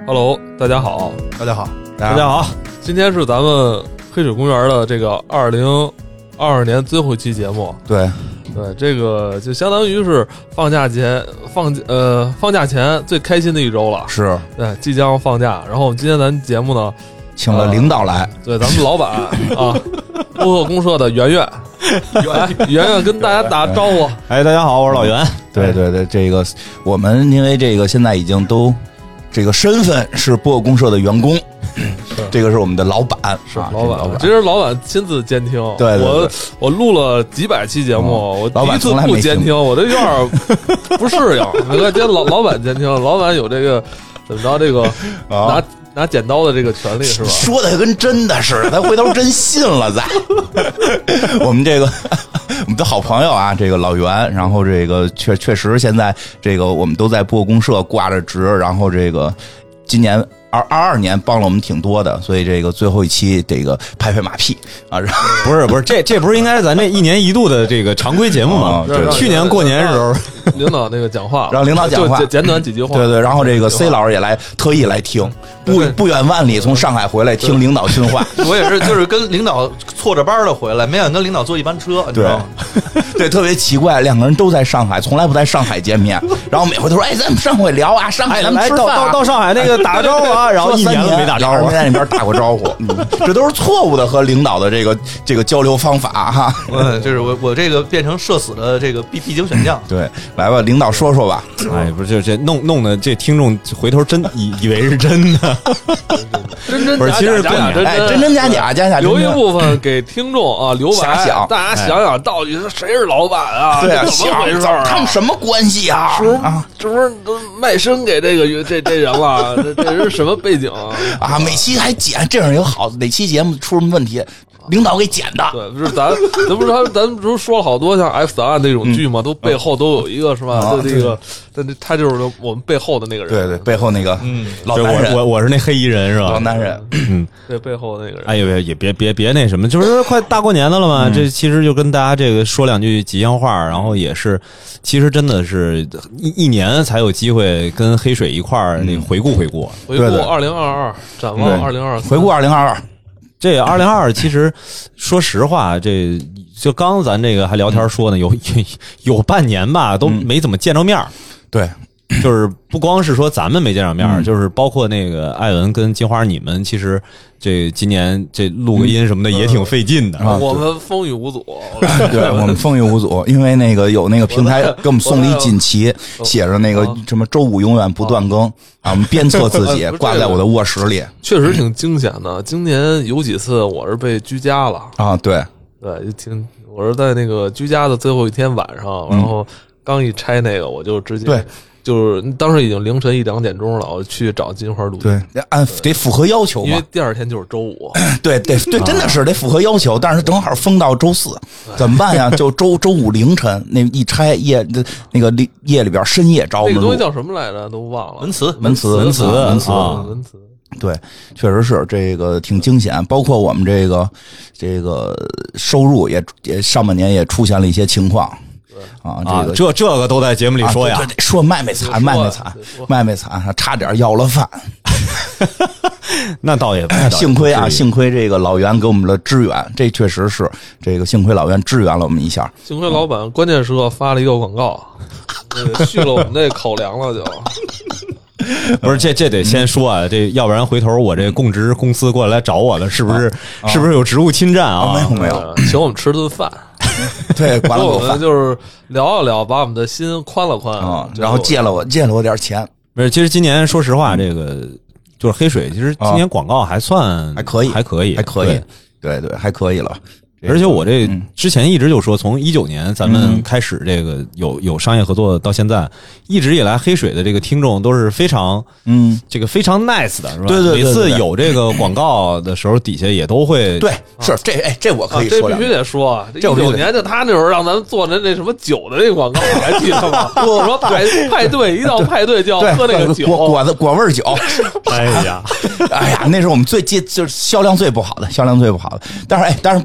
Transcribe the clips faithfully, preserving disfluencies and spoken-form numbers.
Hello， 大家好， 大家好， 大家好。 今天是咱们黑水公园的这个二零二二年最后一期节目。 对， 对，这个就相当于是放假前放呃放假前最开心的一周了。是，对，即将放假。然后我们今天咱节目呢， 请了领导来， 呃、对，咱们老板啊，播客公社的圆圆。圆圆跟大家打招呼。 哎，大家好，我是老袁。 对对对，这个我们因为这个现在已经都这个身份是播客公社的员工，这个是我们的老板， 是老板。这是老板亲自监听。 对，对对我我录了几百期节目， 嗯、 我第一次不监听，我这有点不适应。你看，今天老老板监听，老板有这个怎么着这个拿。啊拿剪刀的这个权利是吧？ 说的跟真的似的，他回头真信了咱。我们这个我们的好朋友啊，这个老袁，然后这个确确实现在这个我们都在播客公社挂着职，然后这个今年二二二年帮了我们挺多的，所以这个最后一期这个拍拍马屁啊， 不是不是，这这不是应该是咱这一年一度的这个常规节目吗？ 哦、对去年过年的时候， 领导那个讲话， 让领导讲话， 简短几句话。 对对，然后这个 C 老师也来特意来听，不不远万里从上海回来听领导训话。 我也是，就是跟领导错着班的回来，没想跟领导坐一班车， 对对，特别奇怪，两个人都在上海，从来不在上海见面，然后每回都说：“哎，咱们上回聊啊，上海咱们吃饭、啊， 到到到上海那个打个招呼啊。”然后一年都没打招呼， 没在那边打过招呼，嗯、这都是错误的和领导的这个这个交流方法哈。 嗯，就是我我这个变成社死的这个必必经选项。 对，来吧，领导说说吧。 哎，不是，就这弄弄的这听众回头真以以为是真的， 真真不是，其实假假真哎，真真假假假假。 留一部分给听众啊留白， 想大家想想到底是谁是老板啊？ 对啊， 怎么回事啊？ 他们什么关系啊？ 是不是啊？这不是都卖身给这个这这人了？这这是什么背景啊？ 啊，每期还剪，这样有好，哪期节目出什么问题？领导给剪的。 对，不是咱，咱不是他，咱不是说了好多像 X 档案那种剧嘛，嗯、都背后都有一个是吧？啊、这个，但他就是我们背后的那个人。 对对，背后那个嗯， 老男人， 我我我是那黑衣人是吧？ 老男人， 嗯， 对，背后那个人。 哎呦，也别别别那什么，就是快大过年的了嘛，嗯、这其实就跟大家这个说两句吉祥话，然后也是，其实真的是一一年才有机会跟黑水一块儿那个回顾回顾， 回顾二零二二，展望二零二三， 回顾二零二二。 这二零二二其实说实话，这就刚咱这个还聊天说呢，有有半年吧都没怎么见着面、嗯、 对， 就是不光是说咱们没见着面、嗯、就是包括那个艾文跟金花你们，其实这今年这录个音什么的也挺费劲的、 嗯呃、我们风雨无阻。 对，我们风雨无阻，因为那个有那个平台给我们送了一锦旗，写着那个什么周五永远不断更啊，我们鞭策自己挂在我的卧室里， 确实挺惊险的。今年有几次我是被居家了啊，对对，挺我是在那个居家的最后一天晚上，然后刚一拆那个我就直接对。 就是当时已经凌晨一两点钟了，我去找金花录音。 对，按得符合要求嘛， 因为第二天就是周五。 对，得对，真的是得符合要求，但是正好封到周四，怎么办呀？就周周五凌晨那一拆夜那个夜里边深夜找我们录。 那个东西叫什么来着？都忘了。 文词， 文词， 文词， 文词， 文词。 对，确实是这个挺惊险，包括我们这个这个收入也也上半年也出现了一些情况。啊，这个、 啊、这这个都在节目里说呀， 啊、对对说卖卖惨，卖卖惨，卖卖惨，差点要了饭。 那倒也幸亏啊，幸亏这个老袁给我们的支援，这确实是这个幸亏老袁支援了我们一下。 幸亏老板、嗯、关键时刻发了一个广告，呃、续了我们这口粮了就。 不是这这得先说啊，这要不然回头我这供职公司过来找我了，是不是、啊、是不是有职务侵占啊？ 啊没有没有， 请我们吃顿饭。 对，管了我们就是聊一聊，把我们的心宽了宽啊、嗯，然后借了我借了我点钱。 没是，其实今年说实话，这个就是黑水，其实今年广告还算还可以， 还可以， 还可以，对 对, 对，还可以了。 而且我这之前一直就说，从一九年咱们开始这个有有商业合作到现在，一直以来黑水的这个听众都是非常嗯这个非常 nice 的，是吧？ 对对对， 每次有这个广告的时候，底下也都会对是这哎这我可以说， 这必须得说，一九年就他那时候让咱们做那那什么酒的那个广告，你还记得吗？我说派派对一到派对就要喝那个酒， 果果子果味酒。 哎呀， 哎呀，那是我们最接就是销量最不好的，销量最不好的。但是哎，但是不，我的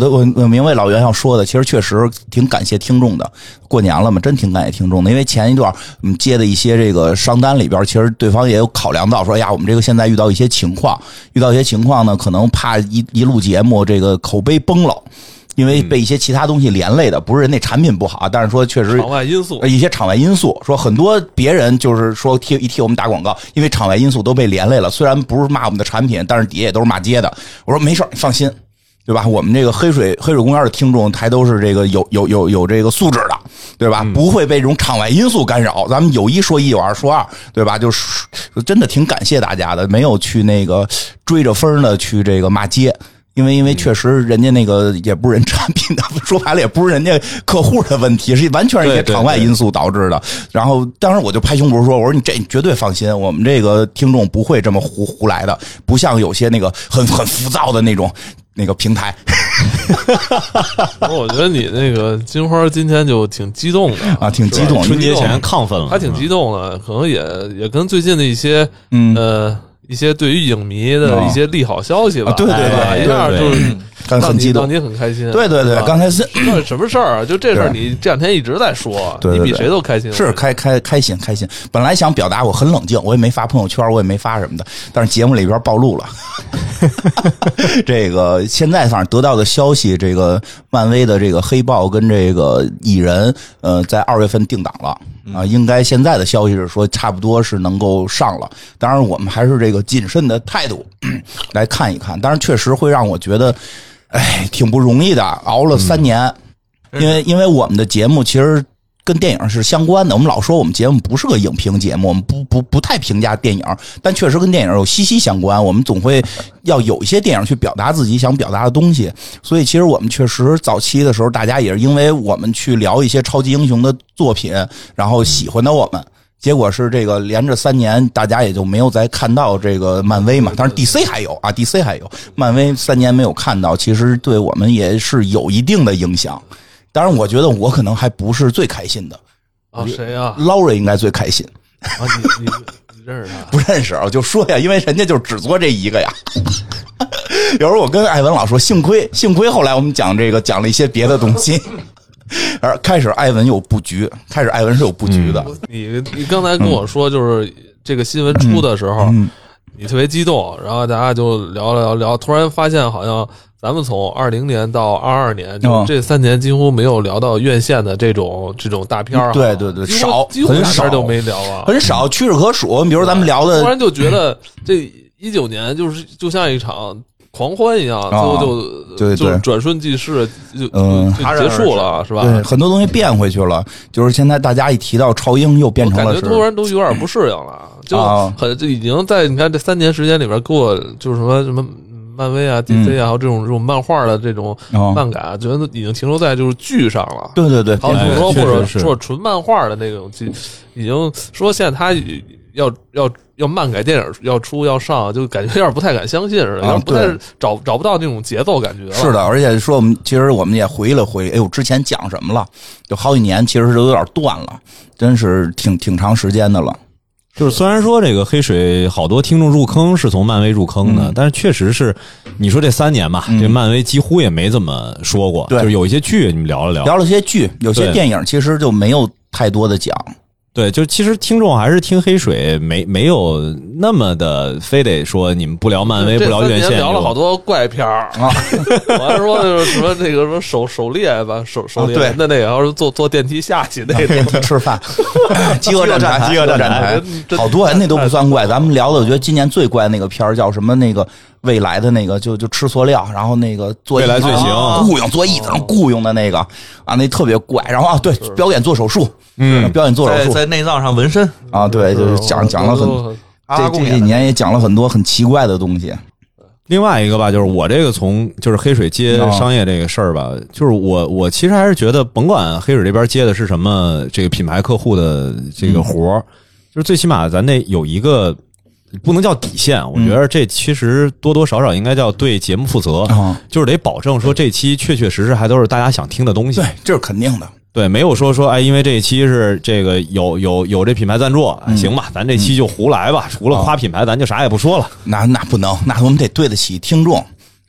我我明白老袁要说的，其实确实挺感谢听众的。过年了嘛，真挺感谢听众的，因为前一段我们接的一些这个商单里边，其实对方也有考量到说，哎呀，我们这个现在遇到一些情况，遇到一些情况呢，可能怕一一录节目这个口碑崩了。因为被一些其他东西连累的，不是人那产品不好，但是说确实场外因素， 一些场外因素，说很多别人就是说替一替我们打广告，因为场外因素都被连累了。虽然不是骂我们的产品，但是底下也都是骂街的。我说没事，你放心，对吧？我们这个黑水黑水公园的听众还都是这个有有有有这个素质的，对吧？不会被这种场外因素干扰。咱们有一说一，有二说二，对吧？就是真的挺感谢大家的，没有去那个追着风的去这个骂街。因为因为确实人家那个也不是人产品的，说白了也不是人家客户的问题，是完全是一些场外因素导致的。然后当时我就拍胸脯说，我说你这你绝对放心，我们这个听众不会这么胡胡来的，不像有些那个很很浮躁的那种那个平台。 我觉得你那个金花今天就挺激动的啊，挺激动， 春节前亢奋了， 还挺激动的，可能也也跟最近的一些嗯呃。一些对于影迷的一些利好消息吧， 啊、对对对， 一下就是很很激动， 让你很开心。 对对对，刚才是什么事儿啊？就这事儿，你这两天一直在说， 对对对， 你比谁都开心。 是开开开心开心。本来想表达我很冷静，我也没发朋友圈，我也没发什么的，但是节目里边暴露了。这个现在反正得到的消息，这个漫威的这个黑豹跟这个蚁人，呃，在二月份定档了。啊，应该现在的消息是说，差不多是能够上了。当然，我们还是这个谨慎的态度来看一看。当然，确实会让我觉得，哎，挺不容易的，熬了三年。嗯、因为因为我们的节目其实跟电影是相关的。我们老说我们节目不是个影评节目，我们不不不太评价电影，但确实跟电影有息息相关。我们总会要有一些电影去表达自己想表达的东西。所以，其实我们确实早期的时候，大家也是因为我们去聊一些超级英雄的作品，然后喜欢的我们。结果是这个连着三年，大家也就没有再看到这个漫威嘛。当然 D C 还有啊 ，D C 还有，漫威三年没有看到，其实对我们也是有一定的影响。当然，我觉得我可能还不是最开心的啊，谁呀、啊？ 劳瑞应该最开心啊！你你你认识他？ 不认识，我就说呀，因为人家就只做这一个呀。有时候我跟艾文老说，幸亏幸亏后来我们讲这个讲了一些别的东西。而开始艾文有布局，开始艾文是有布局的。 嗯、你你刚才跟我说，就是这个新闻出的时候， 嗯嗯、 你特别激动，然后大家就聊聊聊，突然发现好像咱们从二零年到二二年，就这三年几乎没有聊到院线的这种这种大片儿。 对对对，少， 很少就没聊啊， 很少，屈指可数。比如咱们聊的， 突然就觉得这一九年就是就像一场狂欢一样，最后就对就转瞬即逝，就嗯就结束了，是吧？ 对，很多东西变回去了。就是现在大家一提到超英，又变成了， 感觉突然都有点不适应了，就很就已经在你看这三年时间里边，给我就是什么什么漫威啊、D C 啊，还有这种这种漫画的这种漫改，觉得已经停留在就是剧上了。 对对对， 好比说或者说纯漫画的那种剧，已经说现在他要要。要漫改电影要出要上，就感觉有点不太敢相信似的，有点不太找找不到那种节奏感觉。 是的，而且说我们其实我们也回忆了回忆，哎呦，之前讲什么了？就好几年，其实都有点断了，真是挺挺长时间的了。 就是虽然说这个黑水好多听众入坑是从漫威入坑的，嗯、但是确实是你说这三年吧，嗯、这漫威几乎也没怎么说过。 对， 就是有一些剧你们聊了聊， 聊了些剧，有些电影其实就没有太多的讲。 对，就其实听众还是听黑水，没没有那么的非得说你们不聊漫威不聊院线， 聊了好多怪片儿啊。我还说就是什么那个什么狩狩猎吧，狩狩猎人的那个，然后坐坐电梯下去那个吃饭，饥饿战台，饥饿战台，好多人那都不算怪。咱们聊的，我觉得今年最怪那个片儿叫什么？那个未来的那个就就吃塑料，然后那个做未来罪行雇佣做椅子上雇佣的那个啊，那特别怪。然后啊，对，表演做手术。嗯，表演做手术， 在内脏上纹身啊，对，就是讲讲了很这这几年也讲了很多很奇怪的东西。 另外一个吧，就是我这个从就是黑水接商业这个事儿吧，就是我我其实还是觉得，甭管黑水这边接的是什么这个品牌客户的这个活儿，嗯、就是最起码咱得有一个不能叫底线，我觉得这其实多多少少应该叫对节目负责， 嗯、 就是得保证说这期确确实实还都是大家想听的东西。 对，这是肯定的。 对，没有说说哎，因为这一期是这个有有有这品牌赞助， 嗯、 行吧，咱这期就胡来吧，嗯、除了夸品牌，咱就啥也不说了。 那那不能，那我们得对得起听众。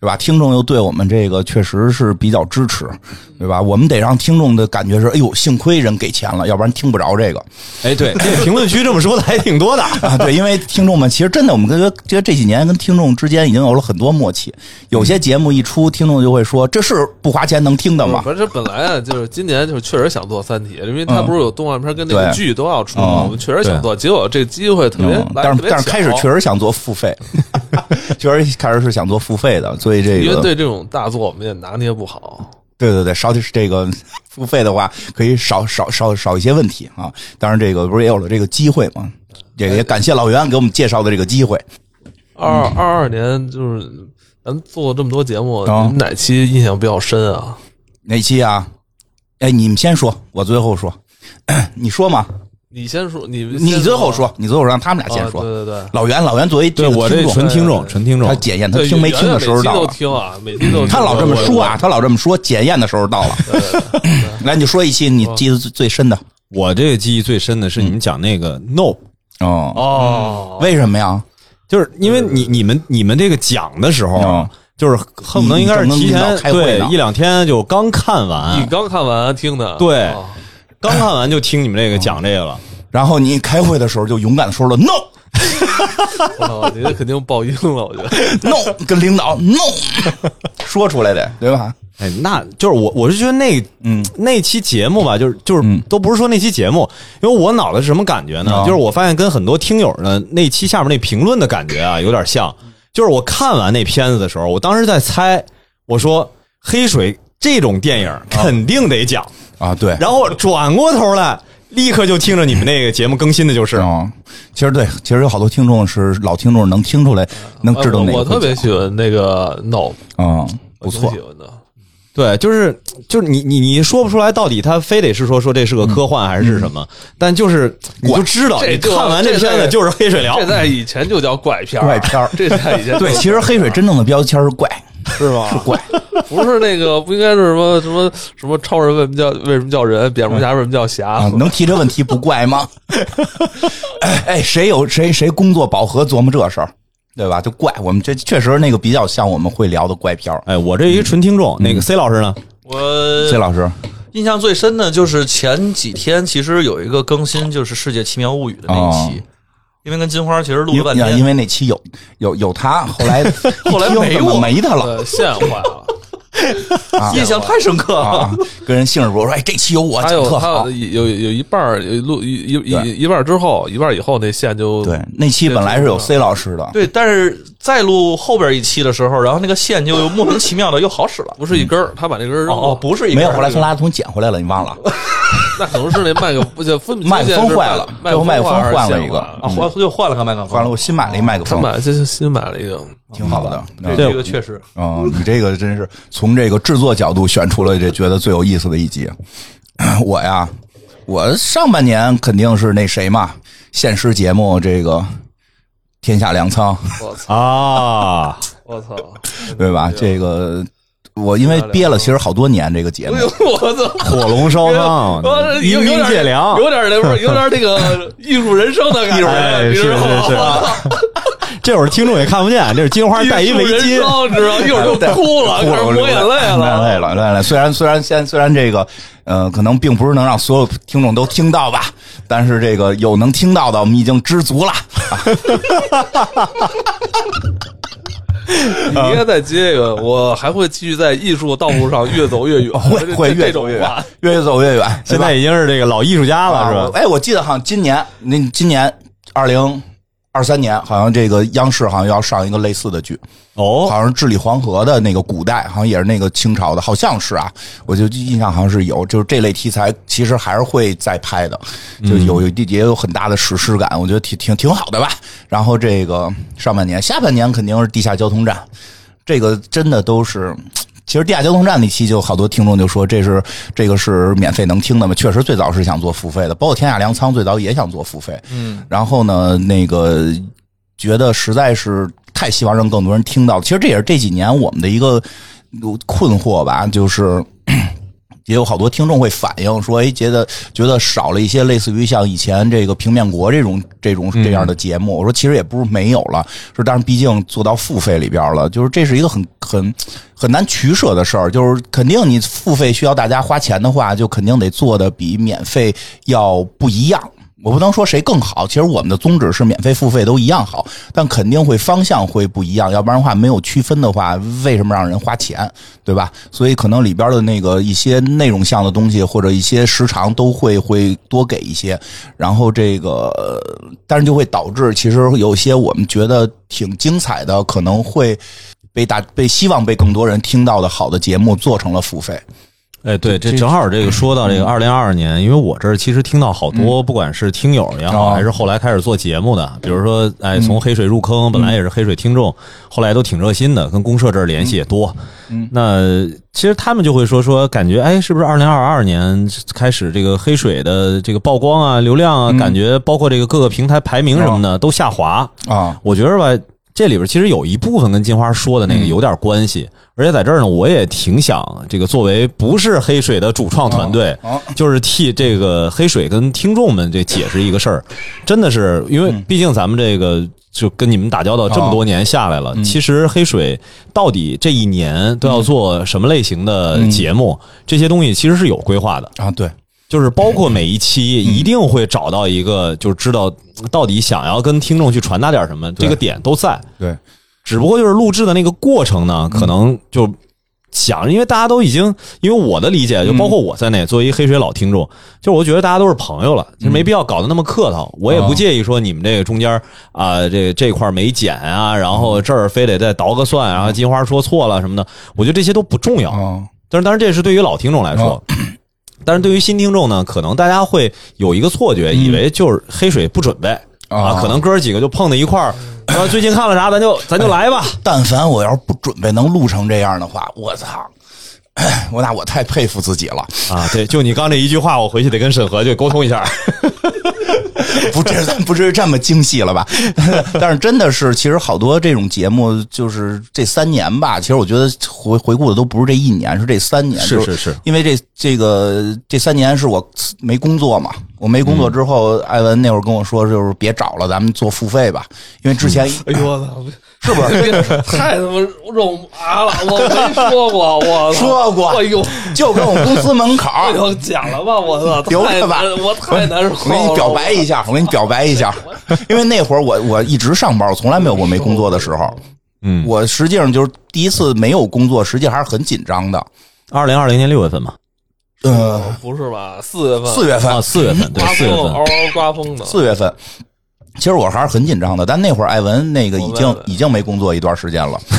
对吧？听众又对我们这个确实是比较支持，对吧？我们得让听众的感觉是，哎呦，幸亏人给钱了，要不然听不着这个。 哎，对，这个评论区这么说的还挺多的啊。对，因为听众们其实真的，我们跟这这几年跟听众之间已经有了很多默契。有些节目一出，听众就会说：“这是不花钱能听的吗？” 反正本来啊，就是今年就是确实想做《三体》，因为它不是有动画片跟那个剧都要出嘛， 嗯、 我们确实想做，结果这个机会特别， 嗯、但是但是开始确实想做付费，确实开始是想做付费的，所以这个因为对这种大作我们也拿捏不好。 对对对，少这个付费的话，可以少少少少一些问题啊。当然，这个不是也有了这个机会吗？这个也感谢老袁给我们介绍的这个机会。 二二二年就是咱们做这么多节目， 哦、 你们哪期印象比较深啊？ 哪期啊？哎，你们先说，我最后说。你说嘛？ 你先说，你你最后说，你最后让他们俩先说。 啊、对对对， 老袁，老袁作为对我这纯听众，纯听众， 他检验他听没听的时候到了。 每期都听啊，每期都听。 他老这么说啊，他老这么说，检验的时候到了。 对对对对来，你说一期你记得最深的。 我这个记忆最深的是你们讲那个 no。 哦哦， 为什么呀？ 就是因为你你们你们这个讲的时候。 嗯就是恨不能应该是提前对一两天就刚看完， 你刚看完听的， 对， 哦、 刚看完就听你们这个讲这个了。 然后你开会的时候就勇敢的说了 no， 哦，你这肯定爆音了，我觉得 no 跟领导 no 说出来的，对吧？ 哎，那就是我我是觉得那嗯那期节目吧，就是就是、嗯、都不是说那期节目，因为我脑子是什么感觉呢？哦、就是我发现跟很多听友的那期下面那评论的感觉啊有点像。就是我看完那片子的时候，我当时在猜，我说黑水这种电影肯定得讲啊，对。 然后转过头来，立刻就听着你们那个节目更新的就是。 哦，其实对，其实有好多听众是老听众，能听出来，能知道那个、 呃。我特别喜欢那个 No， 嗯，不错。 喜欢的。 对，就是就是你你你说不出来到底他非得是说说这是个科幻还是什么，嗯、但就是你就知道，你看完这片子就是黑水聊。 这在以前就叫怪片， 怪片。 这在以前对，其实黑水真正的标签是怪， 是吧？ 是怪， 不是那个不应该是什么什么什么超人为什么叫为什么叫人，蝙蝠侠为什么叫侠？ 啊、能提这问题不怪吗？哎，谁有谁谁工作饱和琢磨这事儿？对吧？就怪我们这确实那个比较像我们会聊的怪片。 哎，我这一个纯听众，嗯、那个 C 老师呢？ 我 C 老师印象最深的就是前几天其实有一个更新，就是《世界奇妙物语》的那一期，哦、因为跟金花其实录了半天， 因为那期有有有他，后来后来没我没他了， 线坏了。 啊、印象太深刻了， 啊、跟人兴致勃勃说：“哎，这期有我， 还有特好。” 有有有一半有录一一一半之后，一半以后那线就对。那期本来是有 C 老师的， 对，但是再录后边一期的时候，然后那个线就莫名其妙的又好使了， 不是一根儿，他把那根儿扔了， 哦，不是一根， 没有，后来从垃圾桶捡回来了，你忘了？ 那可能是那麦克不就分麦克风坏了，最后麦克风换了一个， 啊，换又换了个麦克风， 换了，我新买了一麦克风， 买这新买了一个， 挺好的。 这个确实， 嗯，你这个真是从这个制作角度选出了这觉得最有意思的一集。我呀，我上半年肯定是那谁嘛，现实节目这个天下粮仓， 我操啊， 我操， 对吧？这个。我因为憋了，其实好多年这个节目， 我操， 火龙烧汤，渔民借粮， 有点那不是有点那个艺术人生的感觉， 哎，是是是。这会儿听众也看不见，这是金花戴一围巾， 知道？一会儿就哭了，开始抹眼泪了， 抹眼泪了，泪了。虽然虽然现虽然这个呃，可能并不是能让所有听众都听到吧，但是这个有能听到的，我们已经知足了。 你应该再接一个，我还会继续在艺术道路上越走越远， 会会越走越远，越走越远。 现在已经是这个老艺术家了，是吧？ 哎，我记得好像今年，那今年二零二三年，好像这个央视好像要上一个类似的剧。哦，好像是治理黄河的那个古代，好像也是那个清朝的，好像是啊，我就印象好像是有，就是这类题材其实还是会再拍的，就有也有很大的史诗感，我觉得挺挺挺好的吧。然后这个上半年，下半年肯定是地下交通站，这个真的都是。其实地下交通站那期就好多听众就说这是这个是免费能听的嘛，确实最早是想做付费的，包括天下粮仓最早也想做付费，嗯，然后呢那个觉得实在是太希望让更多人听到，其实这也是这几年我们的一个困惑吧，就是也有好多听众会反映说，哎，觉得觉得少了一些类似于像以前这个平面国这种这种这样的节目。嗯、我说其实也不是没有了，是但是毕竟做到付费里边了，就是这是一个很很很难取舍的事儿。就是肯定你付费需要大家花钱的话，就肯定得做的比免费要不一样。我不能说谁更好，其实我们的宗旨是免费付费都一样好，但肯定会方向会不一样，要不然的话没有区分的话，为什么让人花钱，对吧？所以可能里边的那个一些内容项的东西或者一些时长都会会多给一些，然后这个但是就会导致其实有些我们觉得挺精彩的，可能会被大被希望被更多人听到的好的节目做成了付费。 哎，对，这正好这个说到这个二零二二年，因为我这儿其实听到好多，不管是听友也好，还是后来开始做节目的，比如说，哎，从黑水入坑，本来也是黑水听众，后来都挺热心的，跟公社这儿联系也多。那其实他们就会说说，感觉哎，是不是二零二二年开始这个黑水的这个曝光啊、流量啊，感觉包括这个各个平台排名什么的都下滑啊？我觉得吧。这里边其实有一部分跟金花说的那个有点关系，而且在这儿呢，我也挺想这个作为不是黑水的主创团队，就是替这个黑水跟听众们这解释一个事儿，真的是因为毕竟咱们这个就跟你们打交道这么多年下来了，其实黑水到底这一年都要做什么类型的节目，这些东西其实是有规划的啊，对。 就是包括每一期一定会找到一个，就是知道到底想要跟听众去传达点什么，这个点都在。 对， 只不过就是录制的那个过程呢，可能就想，因为大家都已经，因为我的理解，就包括我在内，作为一黑水老听众，就是我觉得大家都是朋友了，就没必要搞得那么客套。我也不介意说你们这个中间啊，这这块没剪啊，然后这儿非得再倒个蒜，然后金花说错了什么的，我觉得这些都不重要。但是当然这是对于老听众来说。但是对于新听众呢，可能大家会有一个错觉，以为就是黑水不准备、嗯、啊，可能哥几个就碰到一块儿，然后最近看了啥，咱就咱就来吧。 但凡我要是不准备能录成这样的话，我操！我那我太佩服自己了啊！对，就你刚这一句话，我回去得跟审核就沟通一下。 不至不至于这么精细了吧？但是真的是，其实好多这种节目，就是这三年吧。其实我觉得回回顾的都不是这一年，是这三年。 是是是， 因为这这个这三年是我没工作嘛。我没工作之后，嗯、艾文那会儿跟我说，就是别找了，咱们做付费吧。因为之前， 嗯、哎呦我操， 是不是太他妈肉麻了？我没说过，我说过， 哎呦， 就跟我们公司门口， 哎呦讲了吧，我操， 留着吧， 我太难受了。 我给你表白一下，我给你表白一下，因为那会儿我我一直上班，我从来没有过没工作的时候。嗯，我实际上就是第一次没有工作，实际还是很紧张的。 二零二零年六月份嘛。 呃， 不是吧？四月份， 四月份， 啊，四月份，对，四月份， 嗷嗷刮风的。 四月份，其实我还是很紧张的，但那会儿艾文那个已经已经没工作一段时间了，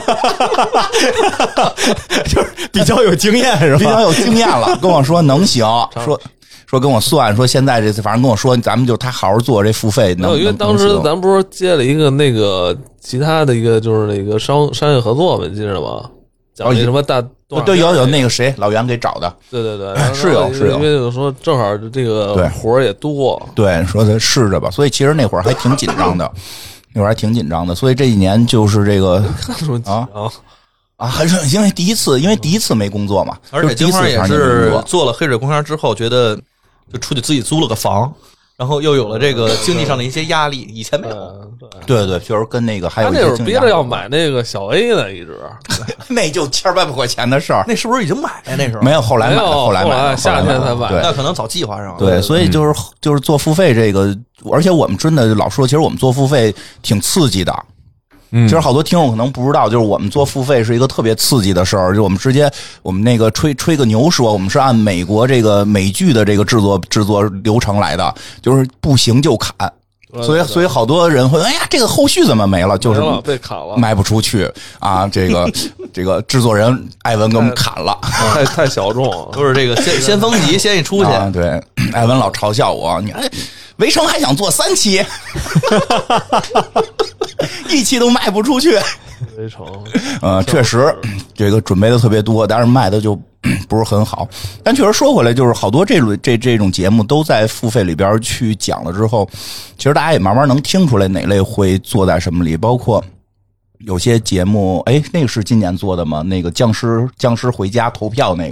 就是比较有经验是吧？ 比较有经验了，跟我说能行，说说跟我算，说现在这次反正跟我说，咱们就他好好做这付费能。 因为当时咱不是接了一个那个其他的一个就是那个商商业合作嘛，你记着吗？讲那什么大。 对，有有那个谁老袁给找的， 对对对， 是有是有， 因为我说正好这个活儿也多， 对，说他试着吧，所以其实那会儿还挺紧张的，那会儿还挺紧张的，所以这一年就是这个啊啊，还是因为第一次，因为第一次没工作嘛， 而且金花也是做了黑水公园之后，觉得就出去自己租了个房。然后又有了这个经济上的一些压力，以前没有。 对对，确实跟那个还有他那会儿憋着要买那个小 A 呢，一直那就千八百块钱的事儿。 那是不是已经买了？那时候没有，后来买，后来买， 夏天才买。 那可能早计划上了。 对，所以就是就是做付费这个，而且我们真的老说，其实我们做付费挺刺激的。其实好多听众可能不知道，就是我们做付费是一个特别刺激的事儿。就我们直接，我们那个吹吹个牛说，我们是按美国这个美剧的这个制作制作流程来的，就是不行就砍。所以所以好多人会，哎呀，这个后续怎么没了？就是被砍了， 卖不出去啊！这个这个制作人艾文给我们砍了， 太太小众， 都是这个先先锋级先一出去。 啊、对，艾文老嘲笑我，你看围城还想做三期。一期都卖不出去， 围城， 呃，确实这个准备的特别多，但是卖的就不是很好。但确实说回来，就是好多这类这这种节目都在付费里边去讲了之后，其实大家也慢慢能听出来哪类会做在什么里，包括有些节目，哎，那个是今年做的吗？那个僵尸僵尸回家投票那个。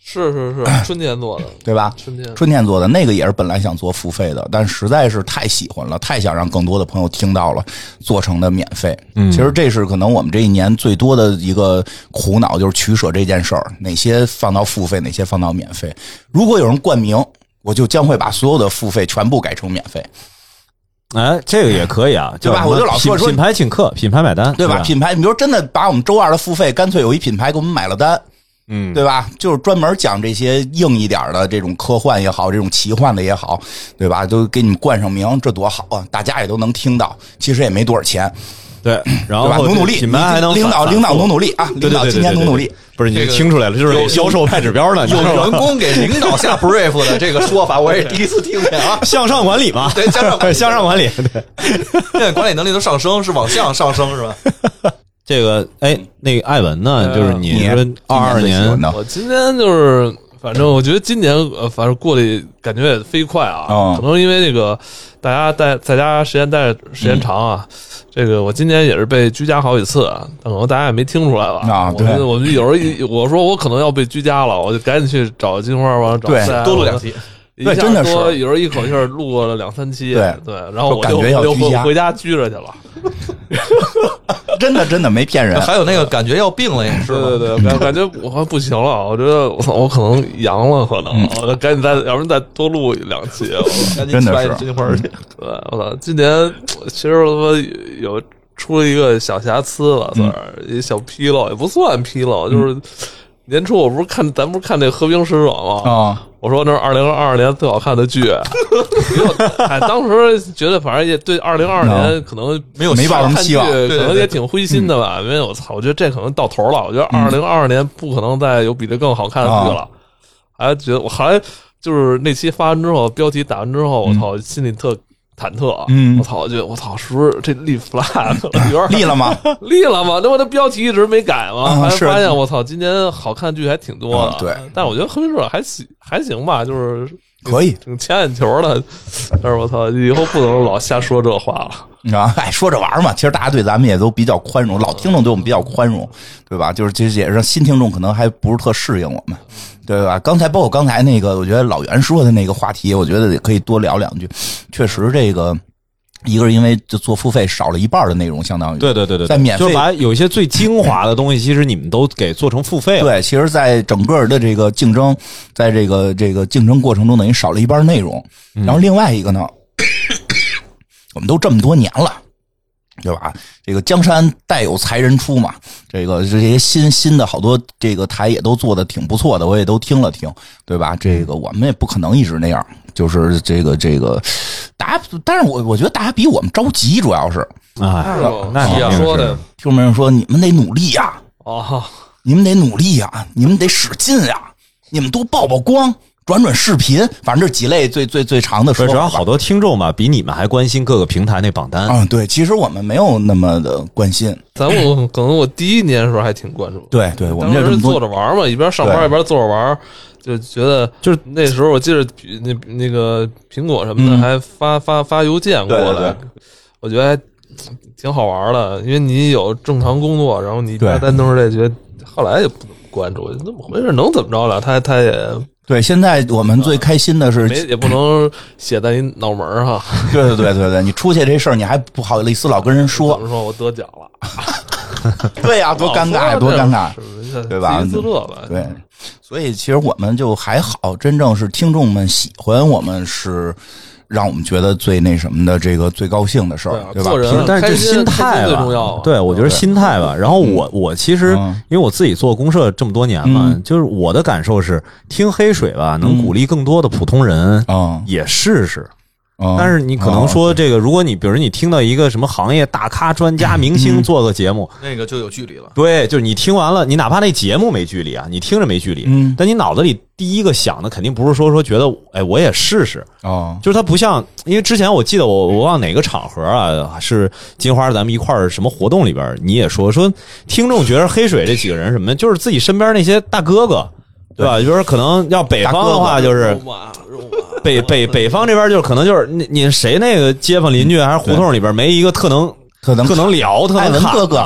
是是是，春天做的， 对吧？ 春天春天做的那个也是本来想做付费的，但实在是太喜欢了，太想让更多的朋友听到了，做成的免费。嗯，其实这是可能我们这一年最多的一个苦恼，就是取舍这件事儿，哪些放到付费，哪些放到免费。如果有人冠名，我就将会把所有的付费全部改成免费。 哎，这个也可以啊， 对吧？我就老说说品牌请客，品牌买单， 对吧？ 对吧品牌，你比如真的把我们周二的付费，干脆有一品牌给我们买了单， 嗯， 对吧？就是专门讲这些硬一点的这种科幻也好，这种奇幻的也好，对吧？都给你们冠上名，这多好啊！大家也都能听到，其实也没多少钱。 对，然后对吧？努努力， 品牌还能领导领导努努力啊！领导今天努努力， 不是你听出来了，就是有销售派指标呢， 有员工给领导下 brief 的这个说法，我也第一次听见啊。 向上管理嘛， 对，向上管理向上管理，对， 现在管理能力都上升，是往向上升是吧？ 这个哎，那个艾文呢，就是你说二二年， 我今天就是。反正我觉得今年呃，反正过得感觉也飞快啊， 哦、 可能因为这个大家在在家时间待时间长啊，嗯、这个我今年也是被居家好几次，可能大家也没听出来吧？ 啊，对， 我们我们有时候我说我可能要被居家了，我就赶紧去找金花往找对多录两期。 对，真的是有时候一口气录过了两三期， 对对，然后我就感觉要居家回家居着去了。 真的真的没骗人， 还有那个感觉要病了也是， 对对对，感感觉我还不行了，我觉得我我可能阳了，可能，我就赶紧再，要不然再多录两期，我赶紧真的是金花去。对，我操，今年其实我说有出了一个小瑕疵了，算是一小纰漏，也不算纰漏，就是年初我不是看咱不是看那个《和平使者》吗？ 啊。 我说那是二零二二年最好看的剧，因为哎，当时觉得反正也对二零二二年可能没有没抱什么希望， 可能也挺灰心的吧。因为我操，我觉得这可能到头了。我觉得二零二二年不可能再有比这更好看的剧了。还觉得我还就是那期发完之后，标题打完之后，我操，心里特忐忑。 嗯， 我操，我觉得我操，是不是这立 flag 了？ 立了吗？ 立了吗？那我的标题一直没改吗？ 啊、 还发现我操，今年好看剧还挺多的。 啊、对， 但我觉得《和平使者》还行还行吧，就是可以挺抢眼球的。但是我操，以后不能老瞎说这话了。 啊，哎，说着玩嘛。其实大家对咱们也都比较宽容，老听众对我们比较宽容，对吧？就是其实也是让新听众可能还不是特适应我们。对吧？刚才包括刚才那个，我觉得老袁说的那个话题，我觉得也可以多聊两句。确实，这个一个是因为就做付费少了一半的内容，相当于对对对对， 在免费就把有一些最精华的东西，其实你们都给做成付费了。 对，其实，在整个的这个竞争，在这个这个竞争过程中，等于少了一半内容。然后另外一个呢，嗯、我们都这么多年了。对吧？这个江山代有才人出嘛，这个这些新新的好多这个台也都做的挺不错的，我也都听了听，对吧？这个我们也不可能一直那样，就是这个这个大家，但是我我觉得大家比我们着急，主要是啊， 那你说的， 听没人说你们得努力呀， 哦， 你们得努力呀，你们得使劲呀，你们多曝曝光。转转视频，反正这几类最最最长的说法。 主要好多听众吧，比你们还关心各个平台那榜单。 嗯，对，其实我们没有那么的关心。 咱们可能我第一年的时候还挺关注。 对对，我们这做着玩嘛，一边上班一边做着玩，就觉得就是那时候我记得那那个苹果什么的还发、嗯、发发邮件过来， 对对我觉得还挺好玩的，因为你有正常工作，然后你单单弄这，觉得后来也不关注，怎么回事？能怎么着了？他他也。 对，现在我们最开心的是， 没也不能写在你脑门哈。 对对对对对，你出去这事儿，你还不好意思老跟人说。 怎么说我得奖了？ 对呀、啊，多尴尬，多尴尬，对吧？ 自娱自乐吧。 对，所以其实我们就还好，真正是听众们喜欢我们是。让我们觉得最那什么的，这个最高兴的事儿，对吧？ 但是这心态吧，对，我觉得心态吧。然后我我其实因为我自己做公社这么多年嘛，就是我的感受是，听黑水吧，能鼓励更多的普通人也试试。但是你可能说这个，如果你比如你听到一个什么行业大咖、专家、明星做个节目， 那个就有距离了。 对，就是你听完了，你哪怕那节目没距离啊，你听着没距离，嗯，但你脑子里第一个想的肯定不是说说觉得，哎，我也试试哦， 就是它不像，因为之前我记得我我忘哪个场合啊，是金花咱们一块儿什么活动里边，你也说说听众觉得黑水这几个人什么，就是自己身边那些大哥哥。对吧？就是可能要北方的话，就是北北北方这边就是可能就是你你谁那个街坊邻居还是胡同里边没一个特能特能特能聊特能看哥哥，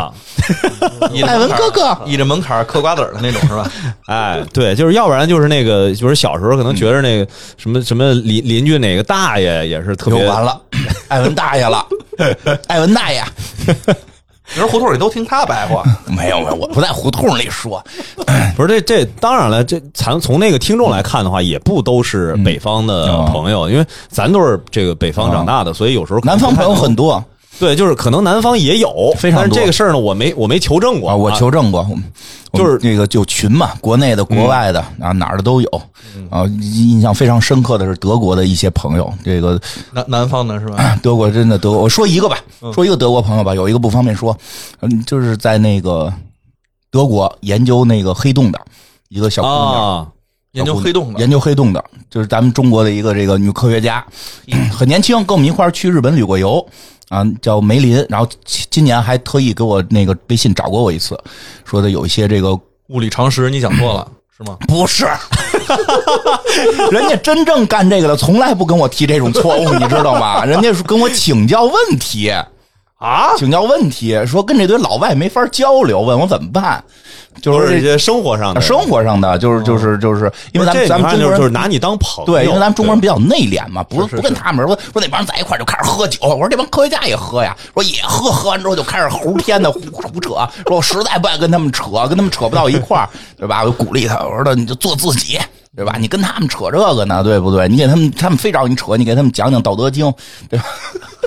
艾文哥哥倚着门槛嗑瓜子的那种是吧？ 哎，对，就是要不然就是那个，就是小时候可能觉得那个什么什么邻邻居哪个大爷也是特别完了，艾文大爷了，艾文大爷。 你说胡同里都听他白话？ 没有没有，我不在胡同里说。 不是这这当然了，这咱从那个听众来看的话，也不都是北方的朋友，嗯、因为咱都是这个北方长大的，嗯、所以有时候南方朋友很多。 对，就是可能南方也有， 非常多。 但是这个事儿呢，我没我没求证过啊，我求证过， 就是那个就群嘛，国内的、国外的啊，哪儿的都有啊。印象非常深刻的是德国的一些朋友，这个南南方的是吧？ 德国真的德国，我说一个吧，说一个德国朋友吧，有一个不方便说，嗯，就是在那个德国研究那个黑洞的一个小姑娘。 啊研究黑洞的， 研究黑洞的，就是咱们中国的一个这个女科学家，很年轻，跟我们一块儿去日本旅过游啊，叫梅林。然后今年还特意给我那个微信找过我一次，说的有一些这个物理常识你讲错了是吗？ 不是，人家真正干这个的从来不跟我提这种错误，你知道吗？人家是跟我请教问题啊， 请教问题，说跟这堆老外没法交流，问我怎么办。 就是一些生活上的， 生活上的，就是就是就是，因为咱们咱们中国人就是拿你当朋友， 对，因为咱们中国人比较内敛嘛，不是不跟他们说说那帮人在一块就开始喝酒，我说这帮科学家也喝呀，说也喝，喝完之后就开始胡天的胡胡扯，说我实在不爱跟他们扯，跟他们扯不到一块儿，对吧？我就鼓励他，我说你就做自己，对吧？你跟他们扯这个呢，对不对？你给他们，他们非找你扯，你给他们讲讲《道德经》，对吧？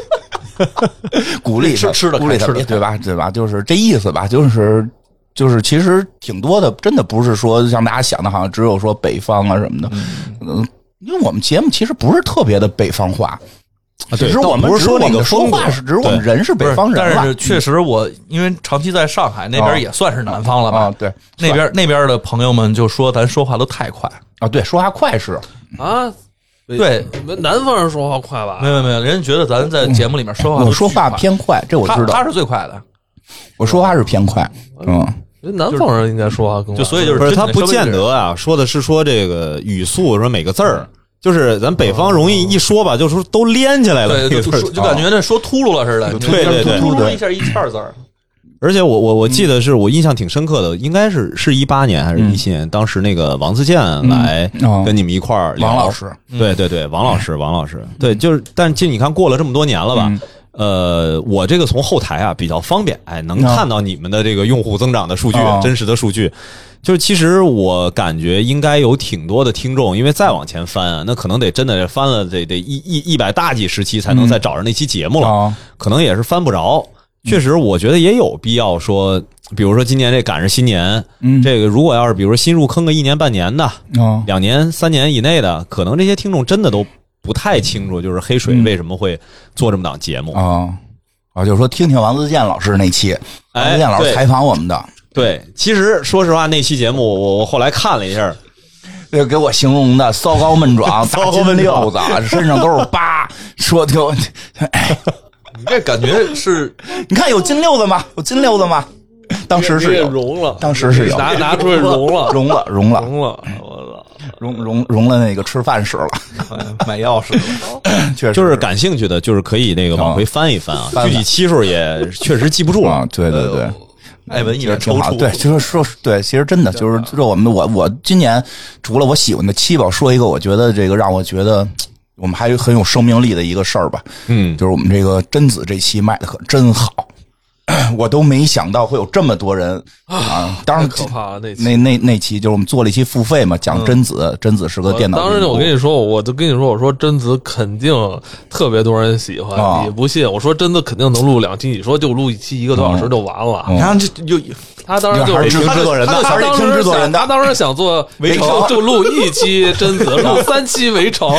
鼓励他， 吃的鼓励他，对吧？对吧？就是这意思吧，就是。就是其实挺多的，真的不是说像大家想的，好像只有说北方啊什么的。嗯，因为我们节目其实不是特别的北方话，只是我们不是说那个说话是，只是我们人是北方人。 但是确实我因为长期在上海那边也算是南方了吧？ 啊，对， 那边那边的朋友们就说咱说话都太快啊，对，说话快是啊。 对， 南方人说话快吧？ 没有没有，人家觉得咱在节目里面说话， 我说话偏快，这我知道， 他是最快的， 我说话是偏快，嗯。 南方人应该说话更快， 就所以就是不是他不见得啊，说的是说这个语速，说每个字儿，就是咱北方容易一说吧，就说都连起来了， 对，就就感觉那说秃噜了似的， 对对对， 秃噜一下一串字儿。 而且我我我记得是我印象挺深刻的，应该是是一八年还是一七年，当时那个王自健来跟你们一块儿聊， 王老师， 对对对，王老师，王老师，对，就是但其实你看过了这么多年了吧。呃，我这个从后台啊比较方便，哎，能看到你们的这个用户增长的数据， 哦、 真实的数据。就是其实我感觉应该有挺多的听众，因为再往前翻啊，那可能得真的翻了得得一一一百大几十期才能再找着那期节目了， 嗯、 可能也是翻不着。确实，我觉得也有必要说，比如说今年这赶上新年， 嗯， 这个如果要是比如说新入坑个一年半年的， 哦、 两年三年以内的，可能这些听众真的都不太清楚，就是黑水为什么会做这么档节目啊。哦啊，就是说听听王自健老师那期， 哎、 王自健老师采访我们的。 对，其实说实话，那期节目我我后来看了一下， 这给我形容的骚高闷壮，大金溜子，身上都是疤，说的我，哎， 你这感觉是， 你看有金溜子吗？有金溜子吗？当时是有融了， 当时是有拿拿出来融了， 融了，融了， 融了，我操！ 融融融了那个吃饭时了， 买钥匙了， 确实就是感兴趣的，就是可以那个往回翻一翻啊， 翻具体期数也确实记不住了。 啊、对对对， 艾文一人挺好。对，就是说，对，其实真的就是就是我们我我今年除了我喜欢的七宝，说一个我觉得这个让我觉得我们还很有生命力的一个事儿吧。 嗯， 就是我们这个贞子这期卖的可真好。我都没想到会有这么多人啊！当然可怕了，那期那那那期就是我们做了一期付费嘛，讲贞子，贞子是个电脑。 当时我跟你说，我就跟你说，我说贞子肯定特别多人喜欢，你不信？我说贞子肯定能录两期，你说就录一期一个多小时就完了。 你看这就他当时就听制作人的， 他当时想他当时想做围城，就录一期贞子，录三期围城。